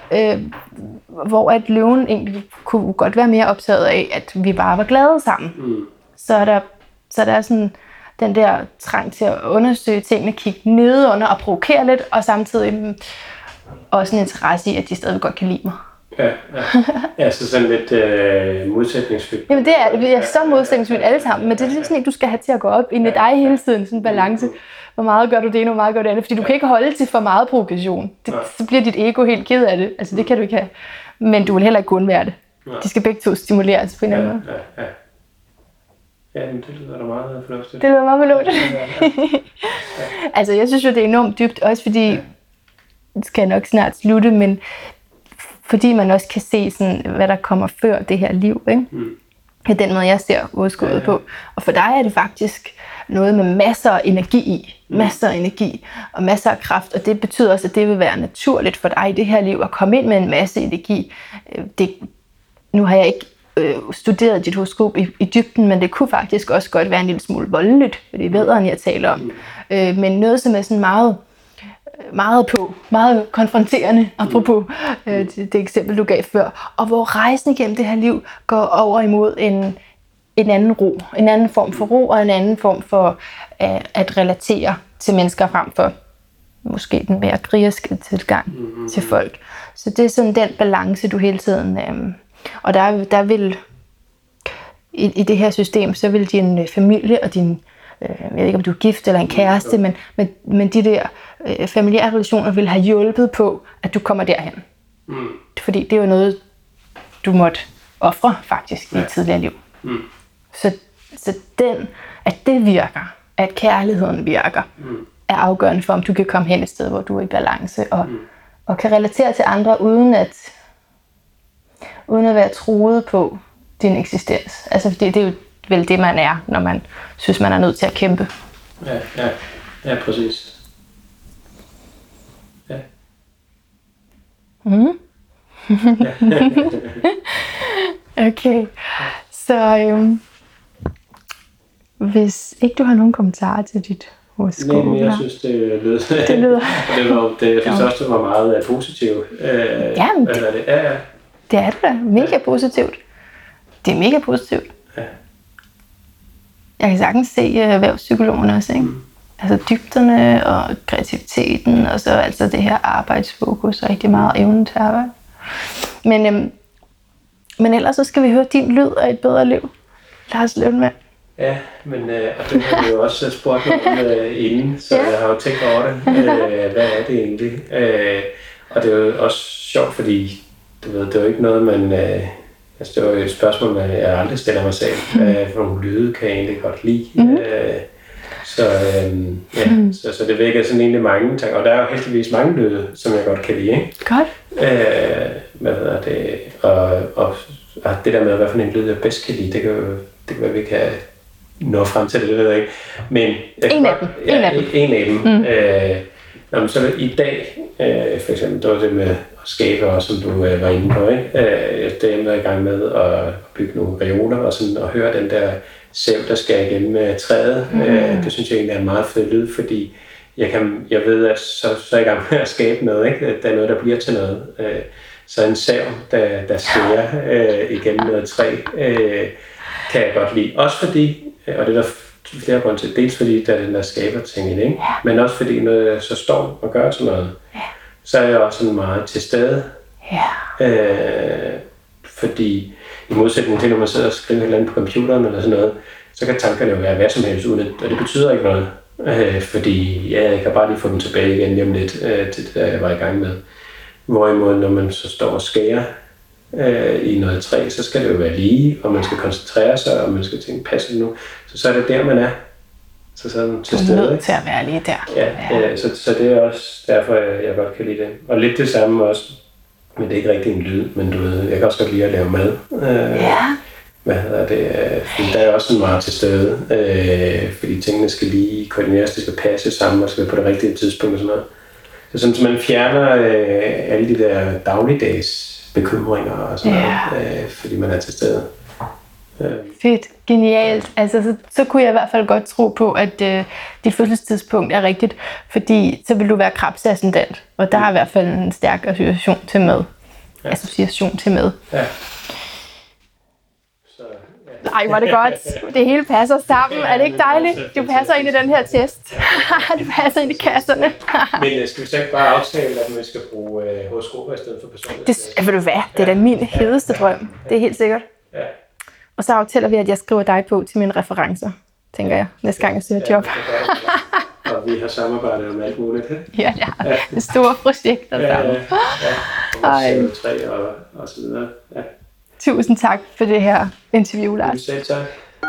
Hvor at løven egentlig kunne godt være mere optaget af, at vi bare var glade sammen. Så er der sådan den der trang til at undersøge tingene, kigge ned under og provokere lidt, og samtidig også en interesse i, at de stadig godt kan lide mig. Ja, så sådan lidt modsætningsfyldt. Jamen det er vi er så modsætningsfyldt alle sammen, men det er sådan en, du skal have til at gå op ind i dig hele tiden, sådan en balance. Hvor meget gør du det ene, hvor meget gør du det andet, fordi du kan ikke holde til for meget provokation. Så bliver dit ego helt ked af det, altså det kan du ikke have. Men du vil heller ikke kun være det. De skal begge to stimuleres på en anden måde. Ja, men det lyder da meget fornuftigt. Det lyder meget fornuftigt. Altså jeg synes jo, det er enormt dybt, også fordi, det skal jeg nok snart slutte, men fordi man også kan se, sådan, hvad der kommer før det her liv. Ikke? Det er den måde, jeg ser udskuddet på. Og for dig er det faktisk noget med masser af energi i. Masser af energi og masser af kraft. Og det betyder også, at det vil være naturligt for dig i det her liv at komme ind med en masse energi. Nu har jeg ikke studeret dit horoskop i dybden, men det kunne faktisk også godt være en lille smule voldeligt, for det er vædderen, jeg taler om. Men noget, som er sådan meget konfronterende, apropos det eksempel, du gav før, og hvor rejsen igennem det her liv går over imod en anden ro, en anden form for ro, og en anden form for at relatere til mennesker frem for måske den mere krigeriske tilgang til folk. Så det er sådan den balance, du hele tiden... og der vil... I det her system, så vil din familie og din... jeg ved ikke, om du er gift eller en kæreste, men de der familiære relationer vil have hjulpet på, at du kommer derhen. Fordi det er jo noget, du måtte ofre faktisk i et tidligere liv. Så at det virker, at kærligheden virker, er afgørende for, om du kan komme hen et sted, hvor du er i balance og kan relatere til andre, uden at være truet på din eksistens. Altså, det er jo vel det, man er, når man synes, man er nødt til at kæmpe. Ja, præcis. Ja. Okay, så hvis ikke du har nogen kommentarer til dit horoskop. Nej, men jeg synes, det lød. Jeg synes også, det var meget positivt. Det er det da. Mega positivt. Det er mega positivt. Ja. Jeg kan sagtens se erhvervspsykologen også, ikke? Altså dybderne og kreativiteten, og så altså det her arbejdsfokus og rigtig meget evnen til arbejde. Men ellers så skal vi høre din lyd af et bedre liv. Lars Lundmand. Ja, men og det har vi jo også spurgt mig om inden, så jeg har jo tænkt over det. Hvad er det egentlig? Og det er jo også sjovt, fordi du ved, det er jo ikke noget, man... det var jo et spørgsmål, jeg aldrig stiller mig selv. For nogle lyde kan jeg egentlig godt lide. Så det vækker sådan egentlig mange tanker. Og der er jo heldigvis mange lyde, som jeg godt kan lide. Ikke? Godt. Hvad hedder det? Og det der med, hvad for en lyd jeg bedst kan lide, det kan være, vi kan nå frem til det ved jeg ikke. Men en af dem. En af dem. Så i dag, for eksempel, det var det med at skabe, også, som du var inde på, ikke? Det er jeg i gang med at bygge nogle reoler og sådan, og høre den der sæv, der skal igennem med træet. Det synes jeg egentlig er en meget fed lyd, fordi jeg ved, at så er jeg i gang med at skabe noget, ikke? Der er noget, der bliver til noget. Så en sav, der skærer igennem noget træ, kan jeg godt lide. Også fordi, og det er der flere grunde til, dels fordi der er den der skaberting i det, ikke? Men også fordi, når jeg så står og gør sådan noget, så er jeg også sådan meget til stede. Fordi i modsætning til, når man sidder og skriver et eller andet på computeren eller sådan noget, så kan tankerne jo være hvad som helst uden, og det betyder ikke noget. Fordi jeg kan bare lige få dem tilbage igen hjem lidt til det, der jeg var i gang med. Hvorimod, når man så står og skærer i noget træ, så skal det jo være lige, og man skal koncentrere sig, og man skal tænke, passer det nu? Så er det der, man er. Så sådan til stede. Du er nødt til at være lige der. Ja. Så det er også derfor, jeg godt kan lide det. Og lidt det samme også, men det er ikke rigtig en lyd, men du ved, jeg kan også godt lide at lave mad. Hvad hedder det? Fordi der er også sådan meget til stede, fordi tingene skal lige koordineres, det skal passe sammen, og skal være på det rigtige tidspunkt og sådan noget. Så sådan, så man fjerner alle de der dagligdags bekymringer og sådan noget, fordi man er til stede. Fedt, genialt. Altså, så kunne jeg i hvert fald godt tro på, at dit fødselstidspunkt er rigtigt, fordi så vil du være krebsascendant, og der er i hvert fald en stærk association til mad. Ja. Ej, hvor er det godt. Det hele passer sammen. Er det ikke dejligt? Du passer ind i den her test. Du passer ind i kasserne. Men skal vi så ikke bare aftale, at vi skal bruge horoskoper i stedet for personlighed? Ved du hvad? Det er da min hedeste drøm. Det er helt sikkert. Ja. Og så aftaler vi, at jeg skriver dig på til mine referencer, tænker jeg, næste gang jeg søger job. Og vi har samarbejdet om alt muligt. Ja, det er store projekter sammen. Og CO3 og så videre. Ja. Tusind tak for det her interview, Lars. Selv tak.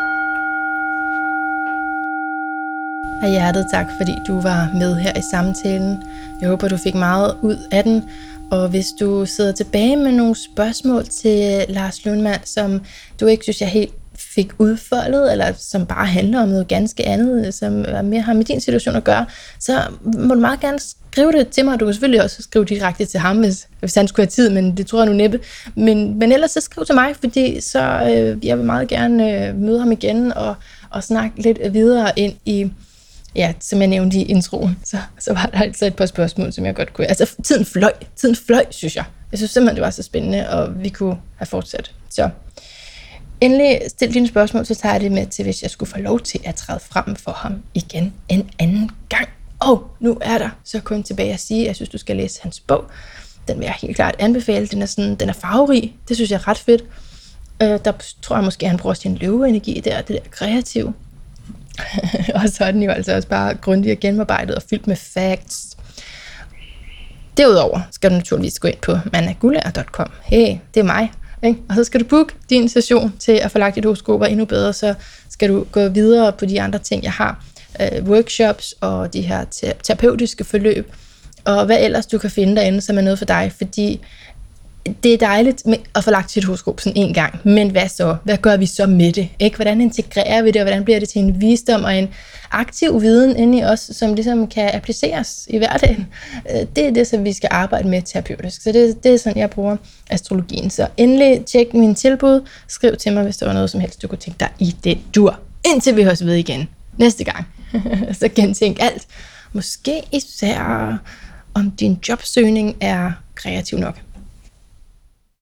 Af hjertet tak, fordi du var med her i samtalen. Jeg håber, du fik meget ud af den. Og hvis du sidder tilbage med nogle spørgsmål til Lars Lundmand, som du ikke synes, jeg helt fik udfoldet, eller som bare handler om noget ganske andet, som mere har med din situation at gøre, så må du meget gerne skrive det til mig. Du kan selvfølgelig også skrive direkte til ham, hvis han skulle have tid, men det tror jeg nu næppe. Men ellers så skriv til mig, fordi så jeg vil meget gerne møde ham igen og snakke lidt videre ind i, ja, som jeg nævnte i introen, så var der altså et par spørgsmål, som jeg godt kunne... Altså, tiden fløj, synes jeg. Jeg synes simpelthen, det var så spændende, og vi kunne have fortsat. Så endelig stil dine spørgsmål, så tager jeg det med til, hvis jeg skulle få lov til at træde frem for ham igen en anden gang. Og nu er der så kun tilbage at sige, at jeg synes, du skal læse hans bog. Den vil jeg helt klart anbefale. Den er farverig. Det synes jeg er ret fedt. Der tror jeg måske, at han bruger sin løveenergi der, det der kreative. Og så er den jo altså også bare grundigt og gennemarbejdet og fyldt med facts. Derudover skal du naturligvis gå ind på managulager.com. Hey, det er mig. Ikke? Og så skal du booke din session til at få lagt dit horoskoper endnu bedre. Så skal du gå videre på de andre ting, jeg har. Workshops og de her terapeutiske forløb. Og hvad ellers du kan finde derinde, som er noget for dig. Fordi det er dejligt at få lagt sit horoskop sådan en gang, men hvad så? Hvad gør vi så med det? Ikke? Hvordan integrerer vi det, og hvordan bliver det til en visdom og en aktiv viden inde i os, som ligesom kan appliceres i hverdagen? Det er det, som vi skal arbejde med terapeutisk. Så det er sådan, jeg bruger astrologien. Så endelig tjek mine tilbud. Skriv til mig, hvis der var noget som helst, du kunne tænke dig i den dur. Indtil vi høres ved igen næste gang. Så gentænk alt. Måske især om din jobsøgning er kreativ nok.